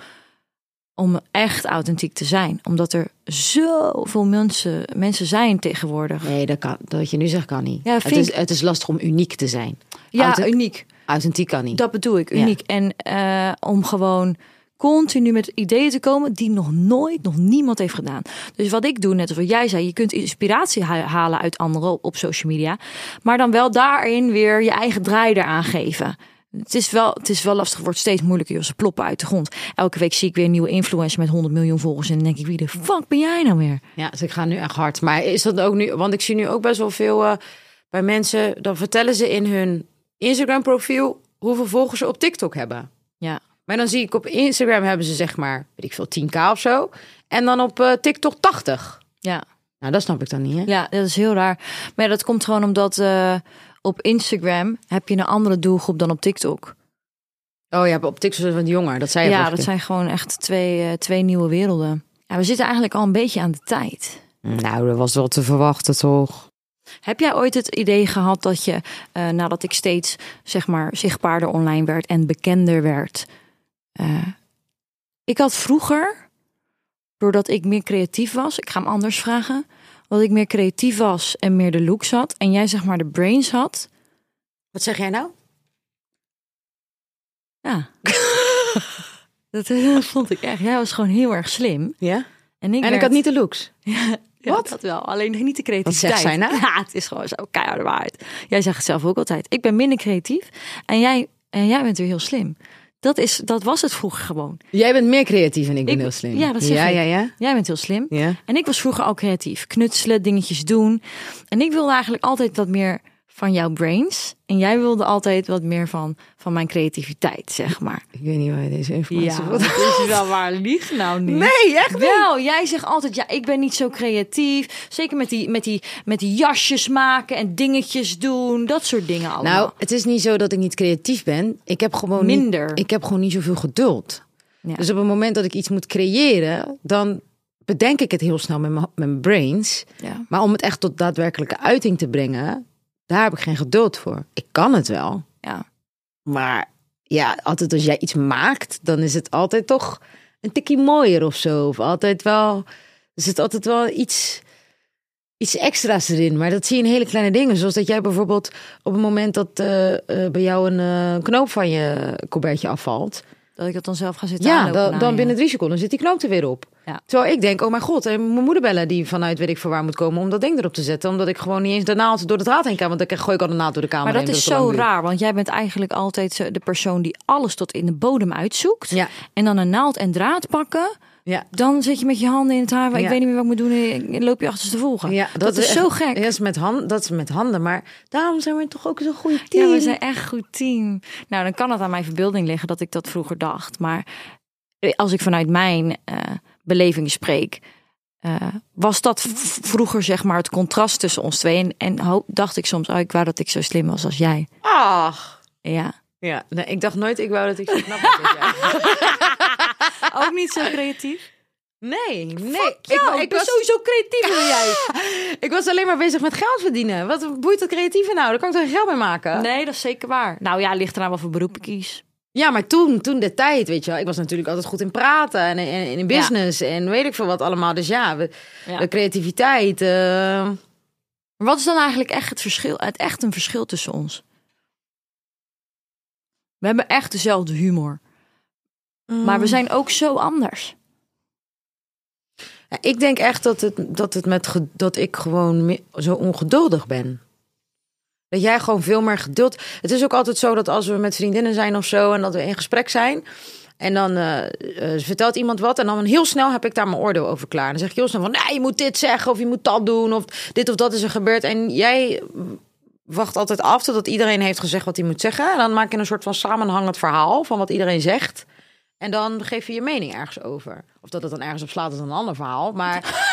Speaker 4: om echt authentiek te zijn. Omdat er zoveel mensen, mensen zijn tegenwoordig.
Speaker 6: Nee, dat, kan, dat je nu zegt kan niet.
Speaker 4: Ja,
Speaker 6: het, is, het is lastig om uniek te zijn.
Speaker 4: Ja,
Speaker 6: Authent...
Speaker 4: uniek.
Speaker 6: Authentiek kan niet.
Speaker 4: Dat bedoel ik, uniek. Ja. En uh, om gewoon... continu met ideeën te komen die nog nooit, nog niemand heeft gedaan. Dus wat ik doe, net als wat jij zei, je kunt inspiratie halen uit anderen op, op social media, maar dan wel daarin weer je eigen draai eraan geven. Het is wel, het is wel lastig, het wordt steeds moeilijker, joh. Ze ploppen uit de grond. Elke week zie ik weer een nieuwe influencer met honderd miljoen volgers en dan denk ik, wie de fuck ben jij nou weer?
Speaker 6: Ja, dus ik ga nu echt hard. Maar is dat ook nu, want ik zie nu ook best wel veel uh, bij mensen, dan vertellen ze in hun Instagram profiel hoeveel volgers ze op TikTok hebben.
Speaker 4: Ja.
Speaker 6: Maar dan zie ik op Instagram hebben ze zeg maar, weet ik veel, tien k of zo. En dan op uh, TikTok tachtig.
Speaker 4: Ja.
Speaker 6: Nou, dat snap ik dan niet, hè?
Speaker 4: Ja, dat is heel raar. Maar ja, dat komt gewoon omdat uh, op Instagram heb je een andere doelgroep dan op TikTok.
Speaker 6: Oh ja, op TikTok is het wat jonger. Dat zei je
Speaker 4: Ja, dat keer. Zijn gewoon echt twee, uh, twee nieuwe werelden. Ja, we zitten eigenlijk al een beetje aan de tijd.
Speaker 6: Nou, dat was wel te verwachten, toch?
Speaker 4: Heb jij ooit het idee gehad dat je, uh, nadat ik steeds zeg maar zichtbaarder online werd en bekender werd... Uh, ik had vroeger, doordat ik meer creatief was, ik ga hem anders vragen, dat ik meer creatief was en meer de looks had en jij zeg maar de brains had.
Speaker 6: Wat zeg jij nou?
Speaker 4: Ja. Dat, dat vond ik echt. Jij was gewoon heel erg slim.
Speaker 6: Ja?
Speaker 4: En ik,
Speaker 6: En
Speaker 4: werd,
Speaker 6: ik had niet de looks.
Speaker 4: Ja,
Speaker 6: Wat?
Speaker 4: dat wel. Alleen niet de
Speaker 6: Wat
Speaker 4: creativiteit.
Speaker 6: zegt zij nou?
Speaker 4: Ja, het is gewoon zo keiharde waarheid. Jij zegt het zelf ook altijd. Ik ben minder creatief en jij, en jij bent weer heel slim. Dat, is, dat was het vroeger gewoon.
Speaker 6: Jij bent meer creatief en ik ben
Speaker 4: Ik-
Speaker 6: heel slim.
Speaker 4: ja, dat zeg
Speaker 6: ja,
Speaker 4: ik.
Speaker 6: ja, ja.
Speaker 4: Jij bent heel slim.
Speaker 6: Ja.
Speaker 4: En ik was vroeger al creatief. Knutselen, dingetjes doen. En ik wilde eigenlijk altijd wat meer van jouw brains. En jij wilde altijd wat meer van, van mijn creativiteit, zeg maar.
Speaker 6: Ik weet niet waar je deze informatie
Speaker 4: Ja,
Speaker 6: voelt.
Speaker 4: dat is wel waar. Lieg nou niet.
Speaker 6: Nee, echt niet.
Speaker 4: Wel, jij zegt altijd, ja, ik ben niet zo creatief. Zeker met die, met die, met die jasjes maken en dingetjes doen. Dat soort dingen allemaal.
Speaker 6: Nou, het is niet zo dat ik niet creatief ben. Ik heb gewoon
Speaker 4: Minder.
Speaker 6: Niet, ik heb gewoon niet zoveel geduld.
Speaker 4: Ja.
Speaker 6: Dus op het moment dat ik iets moet creëren, dan bedenk ik het heel snel met mijn, met mijn brains.
Speaker 4: Ja.
Speaker 6: Maar om het echt tot daadwerkelijke uiting te brengen, daar heb ik geen geduld voor. Ik kan het wel.
Speaker 4: Ja.
Speaker 6: Maar ja, altijd als jij iets maakt, dan is het altijd toch een tikkie mooier of zo. Of altijd wel, er zit altijd wel iets, iets extra's erin. Maar dat zie je in hele kleine dingen. Zoals dat jij bijvoorbeeld op het moment dat uh, uh, bij jou een uh, knoop van je colbertje afvalt.
Speaker 4: Dat ik dat dan zelf ga zitten
Speaker 6: Ja,
Speaker 4: aanlopen
Speaker 6: dan,
Speaker 4: na
Speaker 6: dan
Speaker 4: je.
Speaker 6: binnen drie seconden zit die knoop er weer op.
Speaker 4: Ja.
Speaker 6: Terwijl ik denk, oh mijn god, en mijn moeder bellen die vanuit weet ik veel waar moet komen om dat ding erop te zetten. Omdat ik gewoon niet eens de naald door het draad heen kan. Want dan gooi ik al de naald door de kamer
Speaker 4: Maar dat
Speaker 6: heen,
Speaker 4: is
Speaker 6: het
Speaker 4: zo
Speaker 6: lang duurt.
Speaker 4: raar, want jij bent eigenlijk altijd zo de persoon die alles tot in de bodem uitzoekt.
Speaker 6: Ja.
Speaker 4: En dan een naald en draad pakken.
Speaker 6: Ja.
Speaker 4: Dan zit je met je handen in het haar. Ik
Speaker 6: Ja.
Speaker 4: weet niet meer wat ik moet doen. En loop je achter te volgen.
Speaker 6: Ja,
Speaker 4: dat, is zo
Speaker 6: echt-
Speaker 4: gek.
Speaker 6: Ja, dat is met hand, dat is met handen. Maar daarom zijn we toch ook zo'n goede team.
Speaker 4: Ja, we zijn echt een goed team. Nou, dan kan het aan mijn verbeelding liggen dat ik dat vroeger dacht. Maar als ik vanuit mijn uh, beleving spreek, uh, was dat v- vroeger zeg maar het contrast tussen ons twee. En, en ho- dacht ik soms, oh, ik wou dat ik zo slim was als jij.
Speaker 6: Ach.
Speaker 4: Ja.
Speaker 6: Ja, nee, ik dacht nooit, ik wou dat ik zo knap was als jij.
Speaker 4: Ook niet zo creatief?
Speaker 6: Nee, nee.
Speaker 4: Ik, ja, ik, ben
Speaker 6: was,
Speaker 4: sowieso creatiever dan jij.
Speaker 6: ik was alleen maar bezig met geld verdienen. Wat boeit dat creatieve nou? Daar kan ik toch geen geld mee maken?
Speaker 4: Nee, dat is zeker waar. Nou ja, ligt eraan wat voor beroep ik kies.
Speaker 6: Ja, maar toen, toen de tijd, weet je wel. Ik was natuurlijk altijd goed in praten en in, in business en weet ik veel wat allemaal. Dus ja, we,
Speaker 4: Ja.
Speaker 6: de creativiteit. Uh...
Speaker 4: Maar wat is dan eigenlijk echt het verschil? Het echt een verschil tussen ons? We hebben echt dezelfde humor. Maar we zijn ook zo anders.
Speaker 6: Ja, ik denk echt dat, het, dat, het met ge- dat ik gewoon me- zo ongeduldig ben. Dat jij gewoon veel meer geduld... Het is ook altijd zo dat als we met vriendinnen zijn of zo... en dat we in gesprek zijn... en dan uh, uh, vertelt iemand wat... en dan heel snel heb ik daar mijn oordeel over klaar. Dan zeg ik heel snel van... nee, je moet dit zeggen of je moet dat doen... of dit of dat is er gebeurd. En jij wacht altijd af totdat iedereen heeft gezegd wat hij moet zeggen. En dan maak je een soort van samenhangend verhaal... van wat iedereen zegt... En dan geef je je mening ergens over. Of dat het dan ergens op slaat, is een ander verhaal. Maar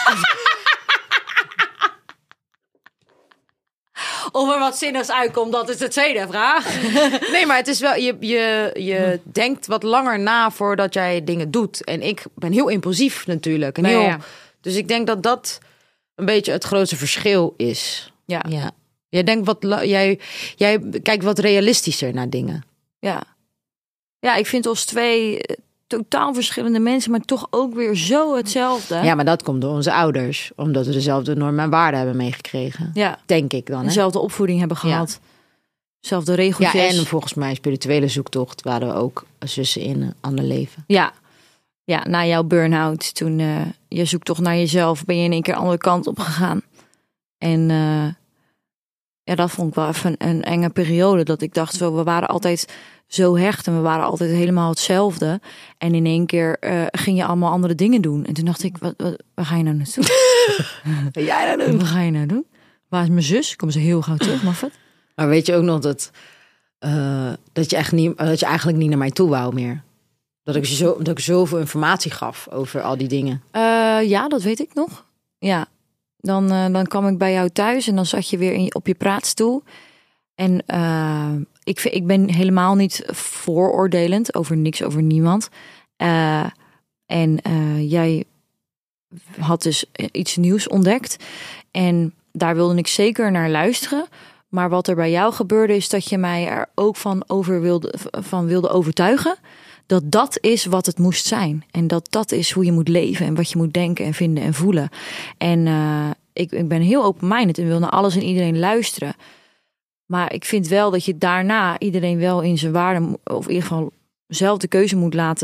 Speaker 4: Of er wat zinnigs uitkomt, dat is de tweede vraag.
Speaker 6: nee, maar het is wel, je, je, je denkt wat langer na voordat jij dingen doet. En ik ben heel impulsief natuurlijk. En
Speaker 4: Nee,
Speaker 6: heel,
Speaker 4: ja.
Speaker 6: Dus ik denk dat dat een beetje het grootste verschil is.
Speaker 4: Ja, ja.
Speaker 6: Ja. Jij denkt wat, la- jij, jij kijkt wat realistischer naar dingen.
Speaker 4: Ja, ja ik vind ons twee eh, totaal verschillende mensen, maar toch ook weer zo hetzelfde.
Speaker 6: Ja, maar dat komt door onze ouders. Omdat we dezelfde normen en waarden hebben meegekregen.
Speaker 4: Ja,
Speaker 6: Denk ik dan. Hè?
Speaker 4: dezelfde opvoeding hebben gehad. Dezelfde
Speaker 6: Ja,
Speaker 4: regeltjes.
Speaker 6: en volgens mij spirituele zoektocht waren we ook zussen in een ander leven.
Speaker 4: Ja, ja, na jouw burn-out, toen uh, je zoekt toch naar jezelf, ben je in één keer de andere kant op gegaan. En uh, ja, dat vond ik wel even een, een enge periode. Dat ik dacht, zo, we waren altijd zo hecht en we waren altijd helemaal hetzelfde. En in één keer uh, ging je allemaal andere dingen doen. En toen dacht ik, wat, wat, waar ga je nou naartoe?
Speaker 6: Wat jij nou doen?
Speaker 4: Wat ga je nou doen? Waar is mijn zus? Kom ze heel gauw terug, mag het?
Speaker 6: Maar weet je ook nog dat, uh, dat, je echt niet, dat je eigenlijk niet naar mij toe wou meer? Dat ik, je zo, dat ik zoveel informatie gaf over al die dingen.
Speaker 4: Uh, ja, dat weet ik nog. Ja, dan, uh, dan kwam ik bij jou thuis en dan zat je weer in je, op je praatstoel. En uh, ik, ik ben helemaal niet vooroordelend over niks, over niemand. Uh, en uh, jij had dus iets nieuws ontdekt. En daar wilde ik zeker naar luisteren. Maar wat er bij jou gebeurde is dat je mij er ook van, over wilde, van wilde overtuigen. Dat dat is wat het moest zijn. En dat dat is hoe je moet leven en wat je moet denken en vinden en voelen. En uh, ik, ik ben heel open-minded en wil naar alles en iedereen luisteren. Maar ik vind wel dat je daarna iedereen wel in zijn waarde, of in ieder geval zelf de keuze moet laten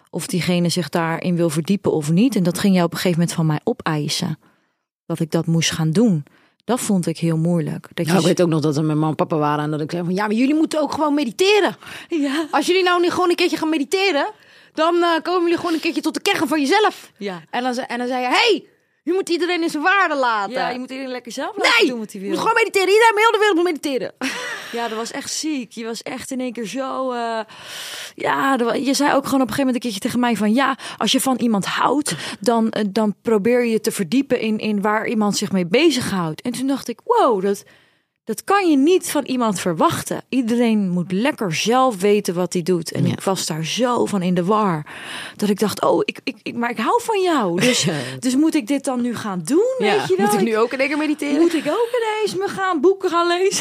Speaker 4: of diegene zich daarin wil verdiepen of niet. En dat ging jij op een gegeven moment van mij opeisen. Dat ik dat moest gaan doen. Dat vond ik heel moeilijk. Dat
Speaker 6: Nou,
Speaker 4: je...
Speaker 6: ik weet ook nog dat er mijn man en papa waren en dat ik zei van ja, maar jullie moeten ook gewoon mediteren.
Speaker 4: Ja.
Speaker 6: Als jullie nou niet gewoon een keertje gaan mediteren, dan uh, komen jullie gewoon een keertje tot de kern van jezelf.
Speaker 4: Ja.
Speaker 6: En dan, ze- en dan zei je, hey, je moet iedereen in zijn waarde laten.
Speaker 4: Ja, je moet iedereen lekker zelf laten
Speaker 6: nee,
Speaker 4: doen wat hij
Speaker 6: je
Speaker 4: wil.
Speaker 6: moet gewoon mediteren. Iedereen in heel de wereld moet mediteren.
Speaker 4: Ja, dat was echt ziek. Je was echt in één keer zo... Uh, ja, er wa- je zei ook gewoon op een gegeven moment een keertje tegen mij van... ja, als je van iemand houdt, dan, uh, dan probeer je te verdiepen in, in waar iemand zich mee bezighoudt. En toen dacht ik, wow, dat, dat kan je niet van iemand verwachten. Iedereen moet lekker zelf weten wat hij doet. En
Speaker 6: Ja.
Speaker 4: ik was daar zo van in de war. Dat ik dacht, oh, ik, ik, ik, maar ik hou van jou. Dus, dus moet ik dit dan nu gaan doen,
Speaker 6: Ja,
Speaker 4: weet je wel?
Speaker 6: moet ik nu ook in één keer mediteren?
Speaker 4: Moet ik ook ineens me gaan boeken gaan lezen?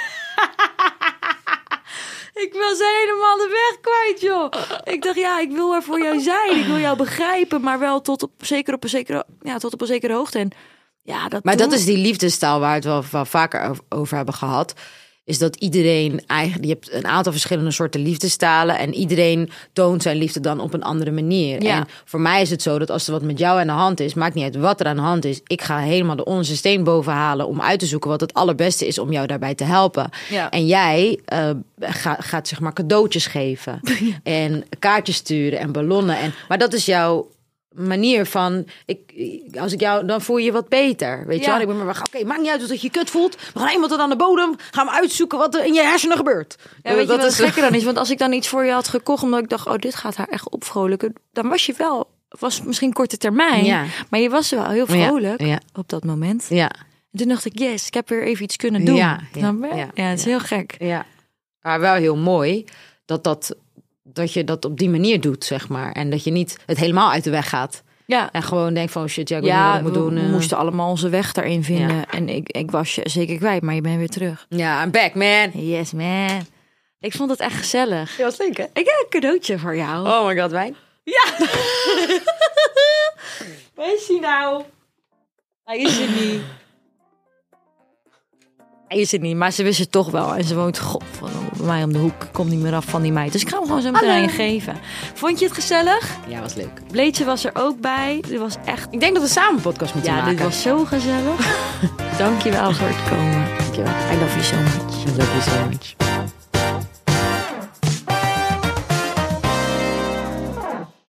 Speaker 4: Ik was helemaal de weg kwijt, joh. Ik dacht, ja, ik wil er voor jou zijn. Ik wil jou begrijpen, maar wel tot op, zeker op, een zekere, ja, tot op een zekere hoogte. En ja, dat
Speaker 6: Maar
Speaker 4: toen-
Speaker 6: dat is die liefdestaal waar we het wel, wel vaker over, over hebben gehad. Is dat iedereen eigenlijk... Je hebt een aantal verschillende soorten liefdestalen. En iedereen toont zijn liefde dan op een andere manier.
Speaker 4: Ja.
Speaker 6: En voor mij is het zo dat als er wat met jou aan de hand is... Maakt niet uit wat er aan de hand is. Ik ga helemaal de onderste steen boven halen... om uit te zoeken wat het allerbeste is om jou daarbij te helpen.
Speaker 4: Ja.
Speaker 6: En jij uh, ga, gaat zeg maar cadeautjes geven. En kaartjes sturen en ballonnen. En, maar dat is jouw manier van, ik, als ik jou, dan voel je je wat beter. Weet je
Speaker 4: Ja.
Speaker 6: wel? Ik ben maar, oké, maakt niet uit dat je je kut voelt. We gaan eenmaal tot aan de bodem. Gaan we uitzoeken wat er in je hersenen gebeurt.
Speaker 4: Ja, weet je
Speaker 6: dat
Speaker 4: wat
Speaker 6: is
Speaker 4: het gekke dan is? Want als ik dan iets voor je had gekocht... omdat ik dacht, oh, dit gaat haar echt opvrolijken... dan was je wel... was misschien korte termijn...
Speaker 6: Ja.
Speaker 4: maar je was wel heel vrolijk
Speaker 6: Ja, ja.
Speaker 4: op dat moment.
Speaker 6: Ja,
Speaker 4: En toen dacht ik, yes, ik heb weer even iets kunnen doen.
Speaker 6: Ja, ja,
Speaker 4: Snap je?
Speaker 6: ja,
Speaker 4: ja, het is
Speaker 6: ja.
Speaker 4: heel gek.
Speaker 6: ja. Maar wel heel mooi dat, dat, dat je dat op die manier doet, zeg maar. En dat je niet het helemaal uit de weg gaat.
Speaker 4: Ja,
Speaker 6: En gewoon denkt van, oh shit, ja, ik weet niet
Speaker 4: ja
Speaker 6: wat ik moet
Speaker 4: we,
Speaker 6: doen.
Speaker 4: we
Speaker 6: eh.
Speaker 4: moesten allemaal onze weg daarin vinden.
Speaker 6: Ja.
Speaker 4: En ik, ik was je zeker kwijt, maar je bent weer terug.
Speaker 6: Ja, I'm back, man.
Speaker 4: Yes, man. Ik vond het echt gezellig.
Speaker 6: Ja, wat leuk, hè?
Speaker 4: Ik heb een cadeautje voor jou.
Speaker 6: Oh my god, wijn.
Speaker 4: Ja. Waar is hij nou? Hij is er niet. Hij is er niet, maar ze wist het toch wel. En ze woont, god, bij mij om de hoek. Komt niet meer af van die meid. Dus ik ga hem gewoon zo meteen aan je geven. Vond je het gezellig?
Speaker 6: Ja, was leuk.
Speaker 4: Bleetje was er ook bij. Dit was echt...
Speaker 6: Ik denk dat we samen een podcast moeten
Speaker 4: Ja,
Speaker 6: maken.
Speaker 4: dit was zo gezellig. Dank je wel voor het komen.
Speaker 6: Dankjewel.
Speaker 4: I love you so much.
Speaker 6: I love you so much.